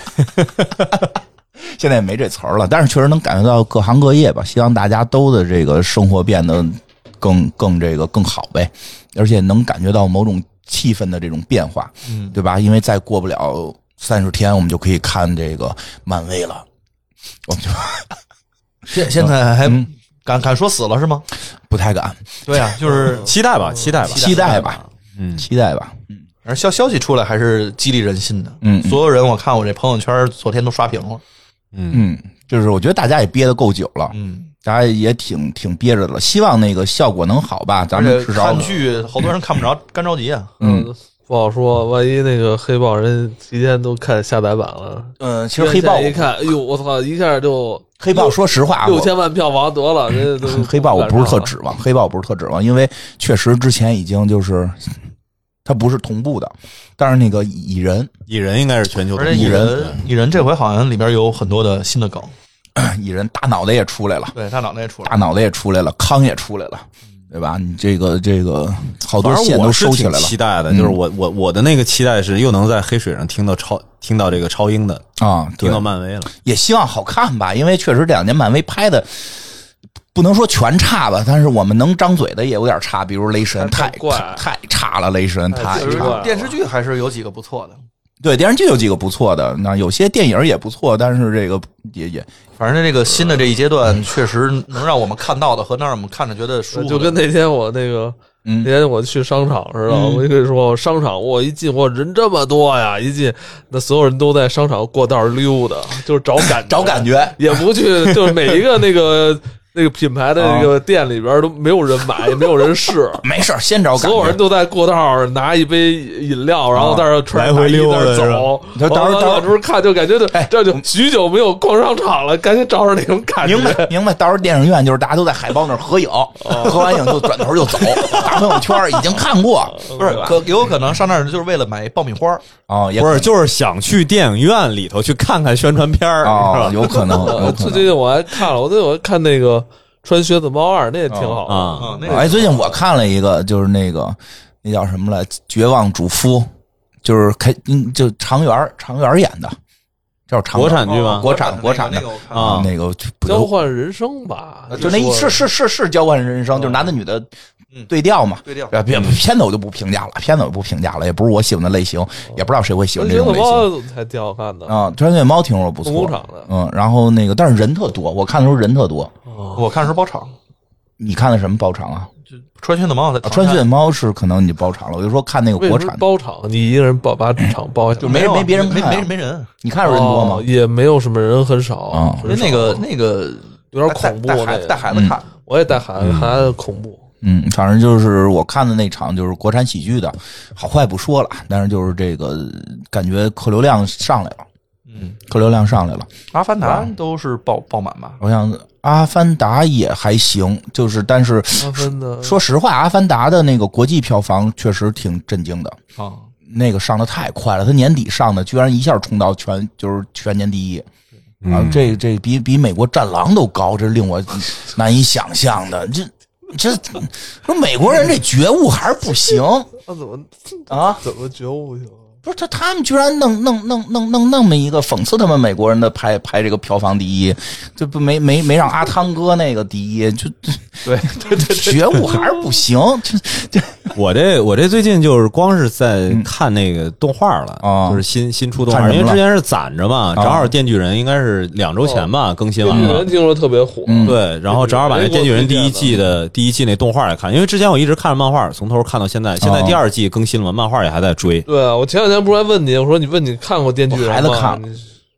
现在也没这词儿了，但是确实能感觉到各行各业吧，希望大家都的这个生活变得更更这个更好呗，而且能感觉到某种气氛的这种变化，嗯，对吧？因为再过不了三十天，我们就可以看这个漫威了，我们就。 现现在还敢敢说死了是吗？ 不太敢。 对啊，就是期待吧，期待吧， 期待吧，嗯，期待吧，嗯。 而消消息出来还是激励人心的， 嗯， 所有人我看我这朋友圈昨天都刷屏了， 嗯嗯，就是我觉得大家也憋得够久了，嗯，大家也挺挺憋着的了，希望那个效果能好吧，咱们至少看剧好多人看不着，干着急啊， 嗯。不好说，万一那个黑豹人提前都看下载版了。 嗯，其实黑豹一看，哎呦，我操，一下就黑豹。说实话， 六千万票房得了。 黑豹我不是特指望，黑豹不是特指望，因为确实之前已经就是它不是同步的，但是那个蚁人， 蚁人应该是全球同步。 而且蚁人，蚁人这回好像里边有很多的新的梗， 蚁人大脑袋也出来了， 对，大脑袋也出来了， 大脑袋也出来了，康也出来了。对吧？你这个这个好多线都收起来了。 期待的就是我我我的那个期待是又能在黑水上听到超听到这个超英的啊， 听到漫威了。 也希望好看吧，因为确实这两年漫威拍的不能说全差吧，但是我们能张嘴的也有点差，比如雷神太太太差了，雷神太差了。 电视剧还是有几个不错的。 对，电视剧有几个不错的，那有些电影也不错，但是这个也也， 反正这个新的这一阶段，确实能让我们看到的和能让我们看着觉得舒服。 就跟那天我那个，嗯、那天我去商场似的，嗯、我跟你说，商场我一进，我人这么多呀，一进那所有人都在商场过道溜达，就是找感找感觉， 也不去，就是每一个那个。那个品牌的那个店里边都没有人买，也没有人试。 没事，先找感觉。 所有人都在过道拿一杯饮料，然后在这穿来回溜达走。 他到时候到时候看就感觉哎，这就许久没有逛商场了，赶紧找着那种感觉。 明白明白，到时候电影院就是大家都在海报那儿合影，合完影就转头就走，发朋友圈已经看过， 不是可有可能上那儿就是为了买爆米花啊？ 不是，就是想去电影院里头去看看宣传片啊，有可能。 最近我还看了，我最近我还看那个。穿靴子猫二那也挺好的啊！哎，最近我看了一个，就是那个那叫什么来，《绝望主夫》，就是开嗯，就常元常元演的，叫常国产剧吗？ 国产国产的啊，那个交换人生吧， 就那是是是是交换人生，就是男的女的对调嘛， 对调。 别片子我就不评价了，片子我不评价了，也不是我喜欢的类型，也不知道谁会喜欢这种类型。 才挺好看的啊，穿越猫听说不错， 工厂的， 嗯，然后那个但是人特多，我看的时候人特多。 我看的是包场， 你看的什么包场啊？ 就穿靴子猫的、 啊，穿靴子猫是可能你包场了。我就说看那个国产包场，你一个人包把场包下， 就没没别人看、啊， 没没没人。 你看人多吗？ 哦、也没有什么人，很少啊。 因为那个那个有点恐怖， 带孩子带孩子看， 我也带孩子，孩子恐怖。 嗯，反正就是我看的那场就是国产喜剧的，好坏不说了，但是就是这个感觉客流量上来了。嗯，客流量上来了。 阿凡达都是爆爆满吧？ 我想阿凡达也还行，就是但是说实话，阿凡达的那个国际票房确实挺震惊的啊， 那个上的太快了，他年底上的居然一下冲到全就是全年第一。啊，这这比比美国战狼都高，这令我难以想象的。这这说美国人这觉悟还是不行。 他怎么啊？ 怎么觉悟行？ 不是他，他们居然弄弄弄弄弄那么一个讽刺他们美国人的拍拍这个票房第一，这不没没没让阿汤哥那个第一，就对对对， 觉悟还是不行。这这我这我这最近就是光是在看那个动画了， 嗯、 就是新新出动画，因为之前是攒着嘛，正好《电锯人》应该是两周前吧、哦、更新完了。 电锯人听说特别火， 嗯、 对，然后正好把那《电锯人》第一季的第一季那动画也看，因为之前我一直看着漫画，从头看到现在，现在第二季更新了，漫画也还在追。 对啊，我前两天不是还问你，我说你问你看过《电锯人》吗？ 孩子看了，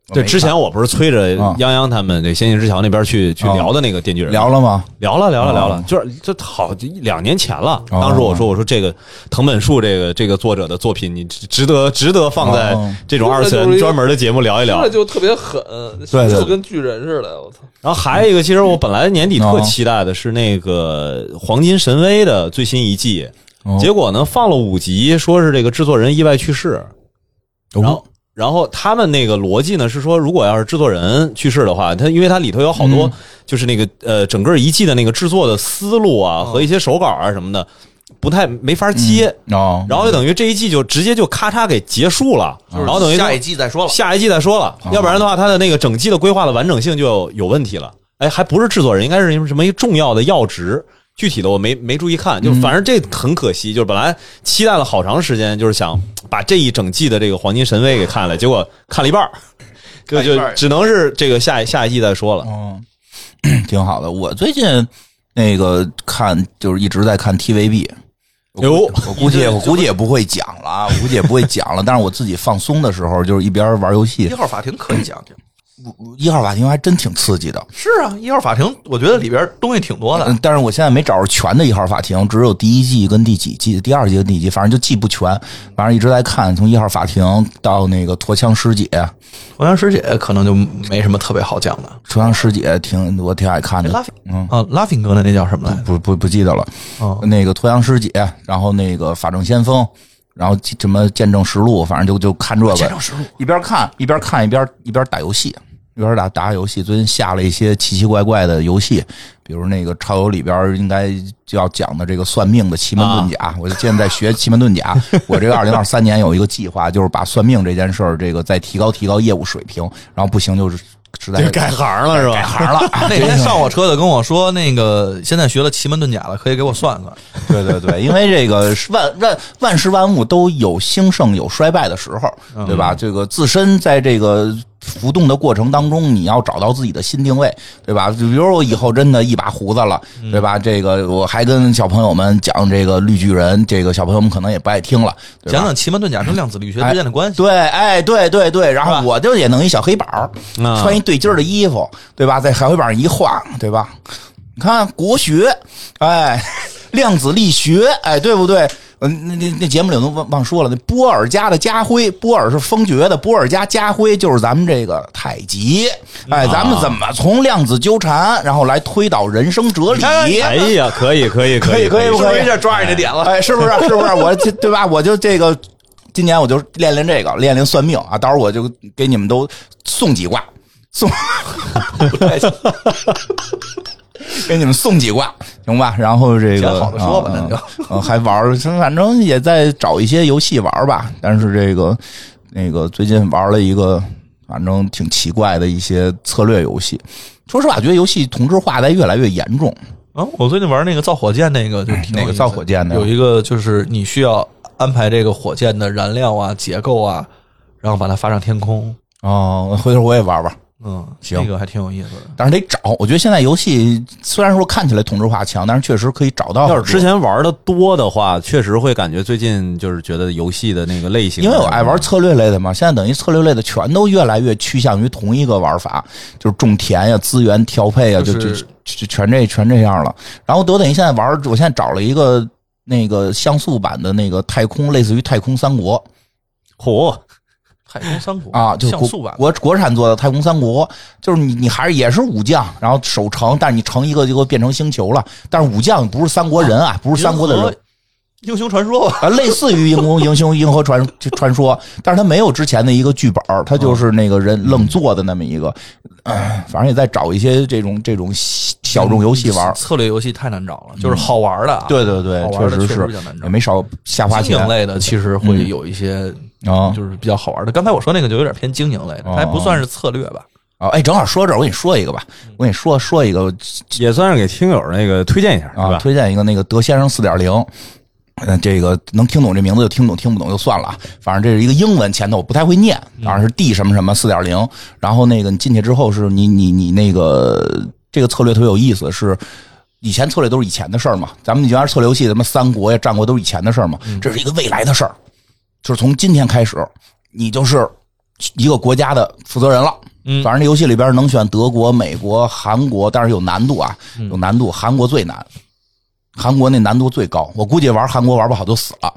对，之前我不是催着泱泱他们这仙境之桥那边去、嗯、去聊的那个电锯人， 聊了吗？ 聊了，聊了，聊了，哦、就是这好两年前了。哦、当时我说，我说这个藤本树这个这个作者的作品，你值得值得放在这种二次元专门的节目聊一聊。 这就特别狠， 对， 就跟巨人似的，我操！ 然后还有一个，其实我本来年底特期待的是那个《黄金神威》的最新一季，哦、结果呢放了五集，说是这个制作人意外去世，然后。然后他们那个逻辑呢是说，如果要是制作人去世的话，他因为他里头有好多就是那个呃整个一季的那个制作的思路啊和一些手稿啊什么的不太没法接， 嗯哦、 然后就等于这一季就直接就咔嚓给结束了，然后等于下一季再说了， 下一季再说了，要不然的话他的那个整季的规划的完整性就有问题了。哎，还不是制作人，应该是什么一重要的要职。具体的我没没注意看，就反正这很可惜，就是本来期待了好长时间，就是想把这一整季的这个黄金神威给看了，结果看了一半，就就只能是这个下下一季再说了。 嗯，挺好的。我最近那个看就是一直在看 T V B， 哟， 我估计我估计也不会讲了，我估计也不会讲了。但是我自己放松的时候，就是一边玩游戏。 一号法庭可以讲讲。 一号法庭还真挺刺激的。 是啊，一号法庭我觉得里边东西挺多的， 嗯、但是我现在没找着全的一号法庭，只有第一季跟第几季，第二季跟第几季，反正就记不全，反正一直在看，从一号法庭到那个驼枪师姐。 驼枪师姐可能就没什么特别好讲的。 驼枪师姐挺我挺爱看的。 嗯啊，拉菲哥的那叫什么来着？ 不不不记得了。 哦， 那个驼枪师姐，然后那个法证先锋。然后什么见证实录，反正就就看这个， 见证实录一边看一边看一边一边打游戏，一边打打游戏。最近下了一些奇奇怪怪的游戏，比如那个超游里边应该就要讲的这个算命的奇门遁甲，啊、我就现在在学奇门遁甲。我这个二零二三年有一个计划，就是把算命这件事儿，这个再提高提高业务水平，然后不行就是。实在改行了是吧？ 改行了。 那天上我车的跟我说，那个现在学了奇门遁甲了，可以给我算算。 对对对，因为这个万万万事万物都有兴盛有衰败的时候，对吧？嗯、这个自身在这个浮动的过程当中，你要找到自己的新定位，对吧？比如我以后真的一把胡子了，对吧？这个我还跟小朋友们讲这个绿巨人，这个小朋友们可能也不爱听了。 讲讲奇门遁甲跟量子力学之间的关系。 哎对，哎，对对对，然后我就也弄一小黑板，穿一对襟的衣服，对吧？在小黑板上一画，对吧？你看国学，哎，量子力学，哎，对不对？嗯，那那那节目里都忘忘说了，那波尔家的家徽，波尔是封爵的，波尔家家徽就是咱们这个太极，哎，咱们怎么从量子纠缠，然后来推导人生哲理？ 哎呀，可以可以可以可以， 是不是一下抓你的点了？ 哎，是不是是不是？我对吧？我就这个，今年我就练练这个，练练算命啊，到时候我就给你们都送几卦，送。不太行。给你们送几卦，行吧？然后这个好的说吧，那就、 嗯、还玩，反正也在找一些游戏玩吧。但是这个那个最近玩了一个，反正挺奇怪的一些策略游戏。说实话，觉得游戏同质化在越来越严重。 啊，我最近玩那个造火箭，那个就挺那个造火箭的， 有一个就是你需要安排这个火箭的燃料啊、结构啊，然后把它发上天空。 哦，回头我也玩玩。 嗯， 行， 这个还挺有意思的， 但是得找。我觉得现在游戏虽然说看起来同质化强，但是确实可以找到。 要是之前玩的多的话，确实会感觉最近就是觉得游戏的那个类型， 因为我爱玩策略类的嘛。现在等于策略类的全都越来越趋向于同一个玩法，就是种田呀、资源调配呀，就就就全这全这样了。然后德等于现在玩，我现在找了一个那个像素版的那个太空，类似于太空三国， 嚯！ 太空三国啊，就像素版国国产做的太空三国，就是你你还是也是武将，然后守城，但是你城一个就变成星球了，但是武将不是三国人啊，不是三国的人， 英雄传说吧， 啊，类似于英雄英雄银河传传说，但是他没有之前的一个剧本，他就是那个人愣做的那么一个，嗯、反正也在找一些这种这种小众游戏玩， 嗯、策略游戏太难找了，就是好玩的、啊嗯，对对对， 确实是也没少下花钱。 经营类的其实会有一些。 啊、 嗯，就是比较好玩的。刚才我说那个就有点偏经营类的，它还不算是策略吧？ 哦，哎，正好说这儿，我跟你说一个吧，我跟你说说一个， 也算是给听友那个推荐一下，是吧？ 啊、推荐一个那个德先生四点零。嗯，这个能听懂这名字就听懂，听不懂就算了。反正这是一个英文前头，我不太会念，当然是 D 什么什么四点零。然后那个你进去之后，是你你你那个这个策略特别有意思，是。以前策略都是以前的事儿嘛，咱们原来策略游戏，什么三国呀、战国都是以前的事儿嘛。这是一个未来的事儿。就是从今天开始，你就是一个国家的负责人了。嗯，反正这游戏里边能选德国、美国、韩国，但是有难度啊，有难度。韩国最难，韩国那难度最高，我估计玩韩国玩不好就死了。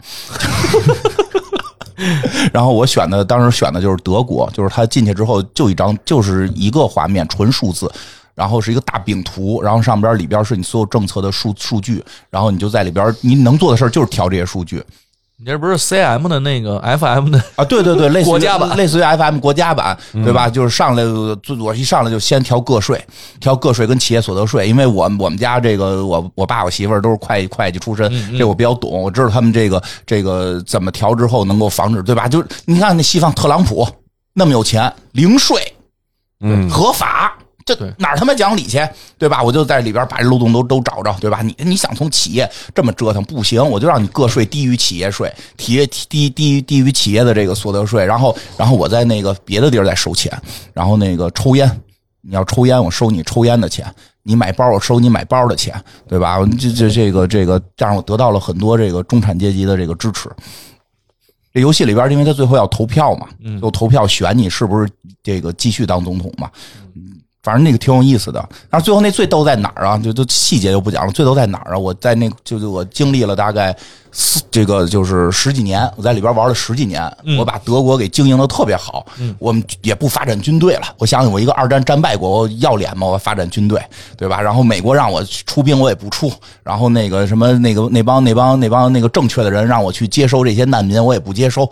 然后我选的当时选的就是德国，就是他进去之后就一张就是一个画面，纯数字。然后是一个大饼图，然后上边里边是你所有政策的数数据，然后你就在里边你能做的事儿就是调这些数据。 你这不是 C M 的那个 F M 的啊？对对对，类似于国家版， 类似于 F M 国家版，对吧？嗯、就是上来我一上来就先调个税，调个税跟企业所得税，因为我我们家这个我我爸我媳妇儿都是会计会计出身，嗯嗯这我比较懂，我知道他们这个这个怎么调之后能够防止，对吧？就是你看那西方特朗普那么有钱，零税，嗯，合法。这哪儿他妈讲理去，对吧？我就在里边把这漏洞都都找着，对吧？你你想从企业这么折腾不行，我就让你个税低于企业税，企业低低于低于企业的这个所得税，然后然后我在那个别的地儿再收钱，然后那个抽烟，你要抽烟我收你抽烟的钱，你买包我收你买包的钱，对吧？这这这个这个这样我得到了很多这个中产阶级的这个支持。这游戏里边，因为他最后要投票嘛，就投票选你是不是这个继续当总统嘛。反正那个挺有意思的，但是最后那最逗在哪儿啊？就就细节就不讲了。最逗在哪儿啊？我在那就就我经历了大概四这个就是十几年，我在里边玩了十几年，嗯、我把德国给经营的特别好。嗯、我们也不发展军队了。我想想，我一个二战战败国，我要脸吗？我发展军队，对吧？然后美国让我出兵，我也不出。然后那个什么那个那帮那帮那帮那个正确的人让我去接收这些难民，我也不接收。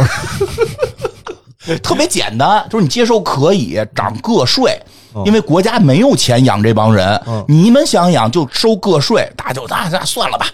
我特别简单，就是你接收可以涨个税。因为国家没有钱养这帮人，嗯、你们想养就收个税，大家就那那算了吧。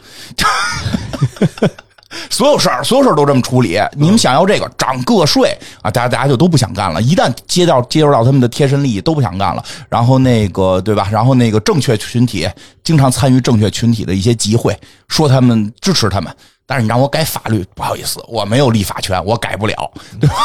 所有事儿，所有事儿都这么处理。你们想要这个涨个税啊，大家大家就都不想干了。一旦接到接触到他们的贴身利益，都不想干了。然后那个对吧？然后那个正确群体经常参与正确群体的一些集会，说他们支持他们，但是你让我改法律，不好意思，我没有立法权，我改不了，对吧？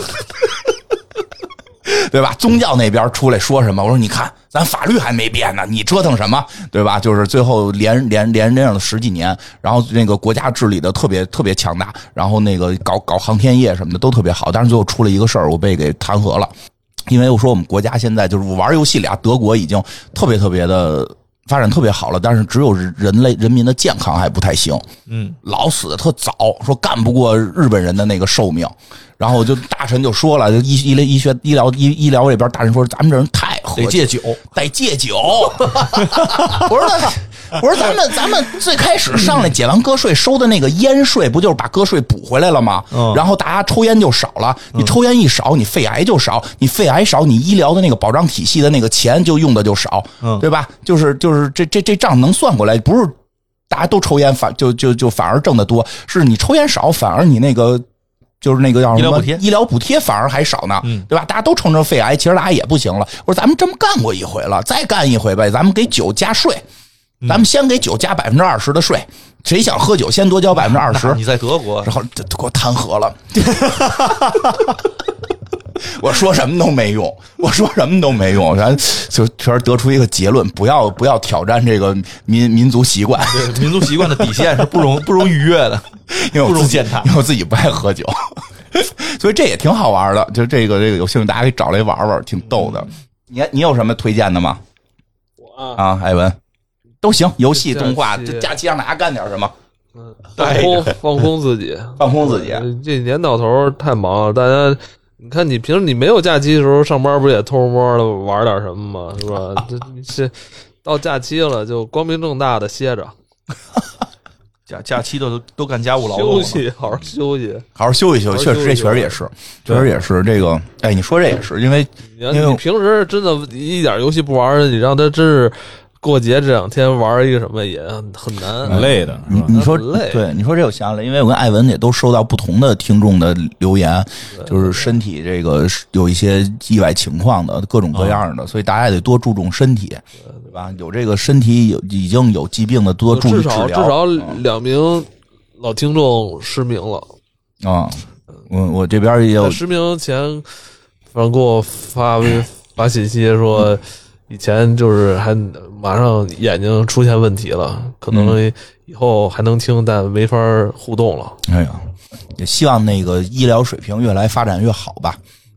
对吧？宗教那边出来说什么？我说你看，咱法律还没变呢，你折腾什么？对吧？就是最后连连连连了十几年，然后那个国家治理的特别特别强大，然后那个搞搞航天业什么的都特别好，但是最后出了一个事儿，我被给弹劾了，因为我说我们国家现在就是玩游戏里啊，德国已经特别特别的发展特别好了，但是只有人类人民的健康还不太行，嗯，老死的特早，说干不过日本人的那个寿命。然后就大臣就说了，就医医医学医疗医医疗这边大臣说，咱们这人太喝得戒酒， 得戒酒。我说那，我说咱们咱们最开始上来解完个税收的那个烟税，不就是把个税补回来了吗？嗯、然后大家抽烟就少了，你抽烟一少，你肺癌就少，你肺癌少，你医疗的那个保障体系的那个钱就用的就少，嗯、对吧？就是就是这这这账能算过来，不是大家都抽烟反就就就反而挣得多，是你抽烟少，反而你那个。就是那个叫什么医疗补贴，医疗补贴反而还少呢，嗯，对吧？大家都承认肺癌，其实大家也不行了。我说咱们这么干过一回了，再干一回呗，咱们给酒加税，咱们先给酒加百分之二十的税，谁想喝酒先多交百分之二十。 你在德国， 然后给我弹劾了。我说什么都没用，我说什么都没用，咱就确实得出一个结论：不要不要挑战这个民民族习惯。 对，民族习惯的底线是不容不容逾越的， 因为我自己因为我自己不爱喝酒，所以这也挺好玩的。就这个这个有兴趣大家可以找来玩玩，挺逗的。你你有什么推荐的吗？ 我啊，艾文都行，游戏、动画，这假期让大家干点什么？ 嗯，放空放空自己， 放空自己。 这年到头太忙了，大家。你看，你平时你没有假期的时候上班，不也偷摸的玩点什么吗？是吧？这这到假期了，就光明正大的歇着。 假假期都都干家务劳动， 休息，好好休息， 好好休息休息。确实，这确实也是，确实也是这个。哎，你说这也是，因为因为你平时真的一点游戏不玩，你让他真是。过节这两天玩一个什么也很难， 很累的。 你你说对，你说这我想起来，因为我跟艾文也都收到不同的听众的留言，就是身体这个有一些意外情况的，各种各样的，所以大家也得多注重身体，对吧？有这个身体有已经有疾病的，多注意治疗。 至少至少两名老听众失明了啊！我我这边也有失明前，反正给我发发信息说。以前就是还马上眼睛出现问题了，可能以后还能听，但没法互动了。 哎呀，也希望那个医疗水平越来发展越好吧。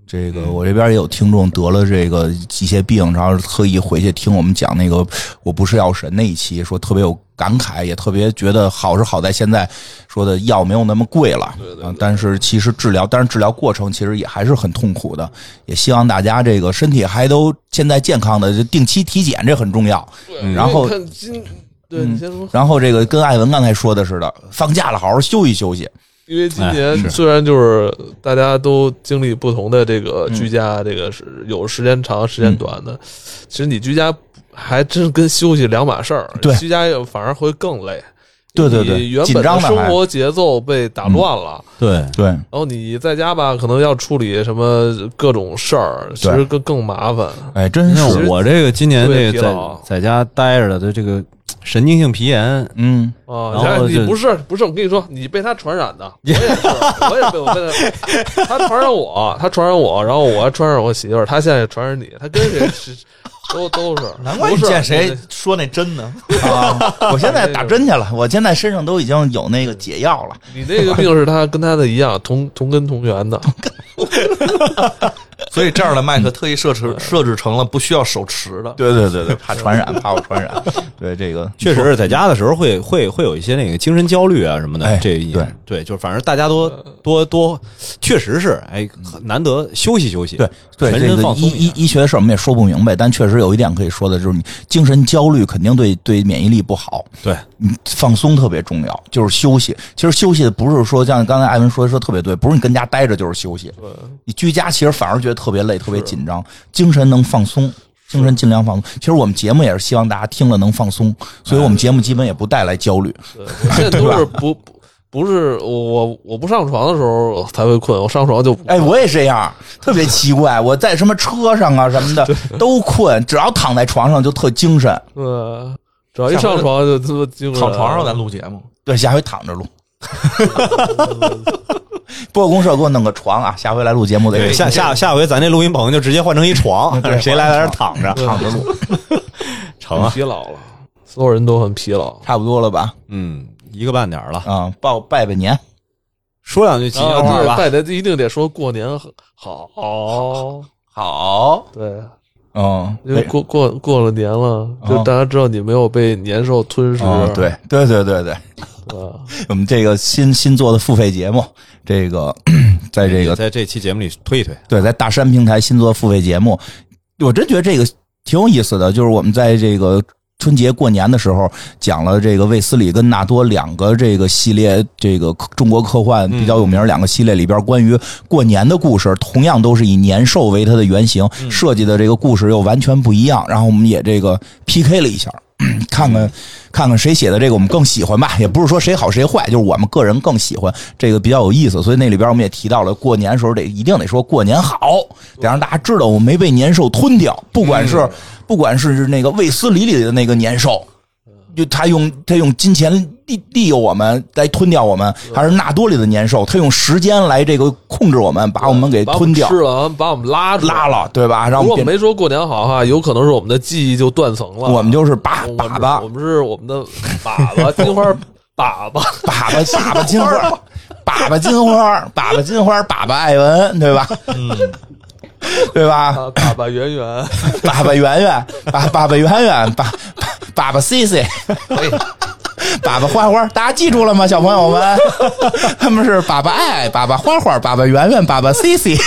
这个我这边也有听众得了这个一些病，然后特意回去听我们讲那个我不是药神那一期，说特别有感慨，也特别觉得好是好在现在说的药没有那么贵了， 对对对， 但是其实治疗，但是治疗过程其实也还是很痛苦的。也希望大家这个身体还都现在健康的，就定期体检这很重要。 对， 然后看今对你先说、 嗯，然后这个跟艾文刚才说的似的，放假了好好休息休息。 因为今年虽然就是大家都经历不同的这个居家，这个是有时间长时间短的，其实你居家还真跟休息两码事儿。 对， 居家反而会更累。 对对对， 你原本的生活节奏被打乱了。 对对， 然后你在家吧，可能要处理什么各种事儿，其实更更麻烦。 哎，真是我这个今年这个在在家待着的这个神经性皮炎， 嗯啊，然后你不是不是，我跟你说，你被他传染的，我也是，我也被我被他，他传染我，他传染我，然后我还传染我媳妇儿，他现在传染你，他跟谁是都都是， 难怪你见谁说那针呢？ 啊，我现在打针去了，我现在身上都已经有那个解药了。 你那个病是他跟他的一样，同同根同源的。 所以这样的麦克特意设置设置成了不需要手持的。 对对对对，怕传染，怕我传染。对，这个确实是在家的时候会会会有一些那个精神焦虑啊什么的。 哎、 这对对，就是反正大家都多多，确实是哎，难得休息休息。 对对， 全身放松。 医医医学的事儿我们也说不明白，但确实有一点可以说的就是，你精神焦虑肯定对对免疫力不好。 对， 你放松特别重要，就是休息。其实休息的不是说像刚才艾文说的说特别对，不是你跟家待着就是休息。你居家其实反而觉得特别累，特别紧张，精神能放松。精神尽量放松。其实我们节目也是希望大家听了能放松，所以我们节目基本也不带来焦虑。 对，现在都是不不不是我我不上床的时候才会困，我上床就哎，我也这样，特别奇怪。我在什么车上啊什么的都困，只要躺在床上就特精神。 对，只要一上床就特精神。 躺床上咱录节目， 对，下回躺着录。播公社给我弄个床啊，下回来录节目得对下下下回咱这录音棚就直接换成一床，谁来在这躺着躺着录， 成啊！ 疲劳了，所有人都很疲劳， 差不多了吧？ 嗯，一个半点了啊，报拜拜年， 说两句吉祥话吧。 拜的一定得说过年好， 好， 对。 嗯， 因为过过过了年了，就大家知道你没有被年兽吞噬。 哦、对对对对对，我们这个新新做的付费节目，这个在这个在这期节目里推一推。 对，在大山平台新做付费节目，我真觉得这个挺有意思的。就是我们在这个春节过年的时候讲了这个卫斯理跟纳多两个这个系列，这个中国科幻比较有名两个系列里边关于过年的故事，同样都是以年兽为它的原型，设计的这个故事又完全不一样。然后我们也这个 P K 了一下，看看看看谁写的这个我们更喜欢吧，也不是说谁好谁坏，就是我们个人更喜欢这个比较有意思。所以那里边我们也提到了，过年的时候得一定得说过年好，得让大家知道我没被年兽吞掉，不管是、嗯、不管是那个卫斯理里的那个年兽，就他用他用金钱利利诱我们来吞掉我们，还是纳多里的年兽，他用时间来这个控制我们，把我们给吞掉， 吃了把我们拉拉了，对吧？然后如果我们没说过年好哈，有可能是我们的记忆就断层了。 我们就是粑粑粑， 我们是我们的粑粑金花粑粑粑粑粑粑金花粑粑金花粑粑金花粑粑艾文，对吧？嗯。对吧？ 粑粑圆圆， 粑粑圆圆，粑粑粑圆圆，粑粑粑 C C， 粑粑花花，大家记住了吗，小朋友们？他们是粑粑爱，粑粑花花，粑粑圆圆，粑粑 C C。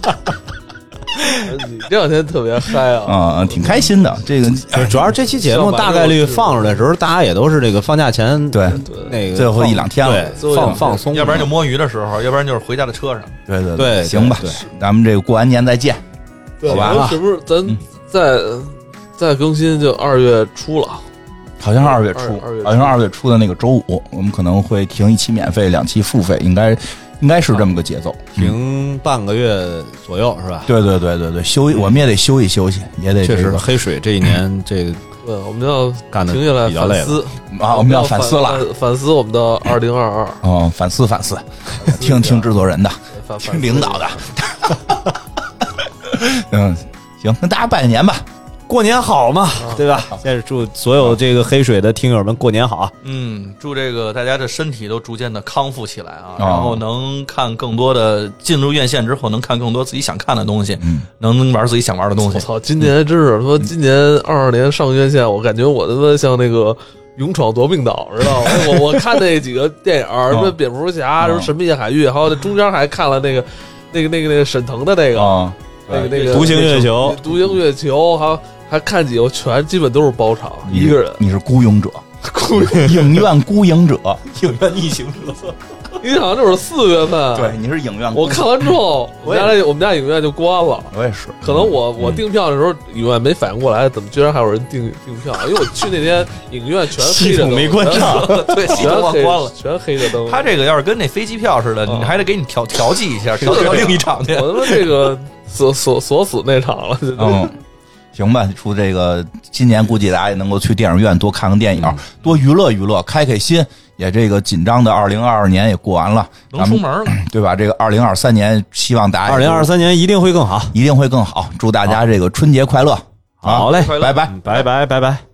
你这两天特别嗨啊！ 啊、嗯，挺开心的。这个主要是这期节目大概率放出来的时候，大家也都是这个放假前对那个最后一两天了， 对放放松， 要不然就摸鱼的时候，要不然就是回家的车上。 对对对， 行吧， 对， 咱们这个过完年再见， 好吧？ 是不是咱再再更新就二月初了？ 好像是二月初，好像是二月初的那个周五，我们可能会停一期免费，两期付费，应该。应该是这么个节奏， 停半个月左右是吧？ 对对对对对，休我们也得休息休息，也得、 这个、确实黑水这一年这个对，我们要干的停下来反思啊，我们要反思了， 反思我们的二零二二哦，反思反思，听听制作人的，听领导的，嗯，行，跟大家拜年吧。 过年好嘛，对吧？先是祝所有这个黑水的听友们过年好。 嗯，祝这个大家的身体都逐渐的康复起来啊，然后能看更多的，进入院线之后能看更多自己想看的东西，嗯，能玩自己想玩的东西。 我操，今年真是说今年二二年上院线，我感觉我他妈像那个勇闯夺命岛知道吗？我我看那几个电影，什么蝙蝠侠，什么神秘夜海域，还有那中间还看了那个那个那个那个沈腾的那个。那个那个独行月球， 独行月球，还还看几个，全基本都是包场，一个人。 你是孤勇者， 孤影院孤影者， 影院逆行者。 你好像就是四月份， 对，你是影院。 我看完之后，我们家那我们家影院就关了。 我也是， 可能我我订票的时候，影院没反应过来，怎么居然还有人订订票？因为我去那天影院全黑着灯， 没关上， 对，系统忘关了， 全黑着灯。 他这个要是跟那飞机票似的，你还得给你调调剂一下，调到另一场去。 我他妈这个。锁锁锁死那场了， 嗯，行吧。出这个今年估计大家也能够去电影院多看看电影，嗯、多娱乐娱乐，开开心。也这个紧张的二零二二年也过完了， 能出门了， 对吧？这个二零二三年，希望大家二零二三年一定会更好， 一定会更好。祝大家这个春节快乐！ 好嘞， 拜拜， 拜拜，拜拜。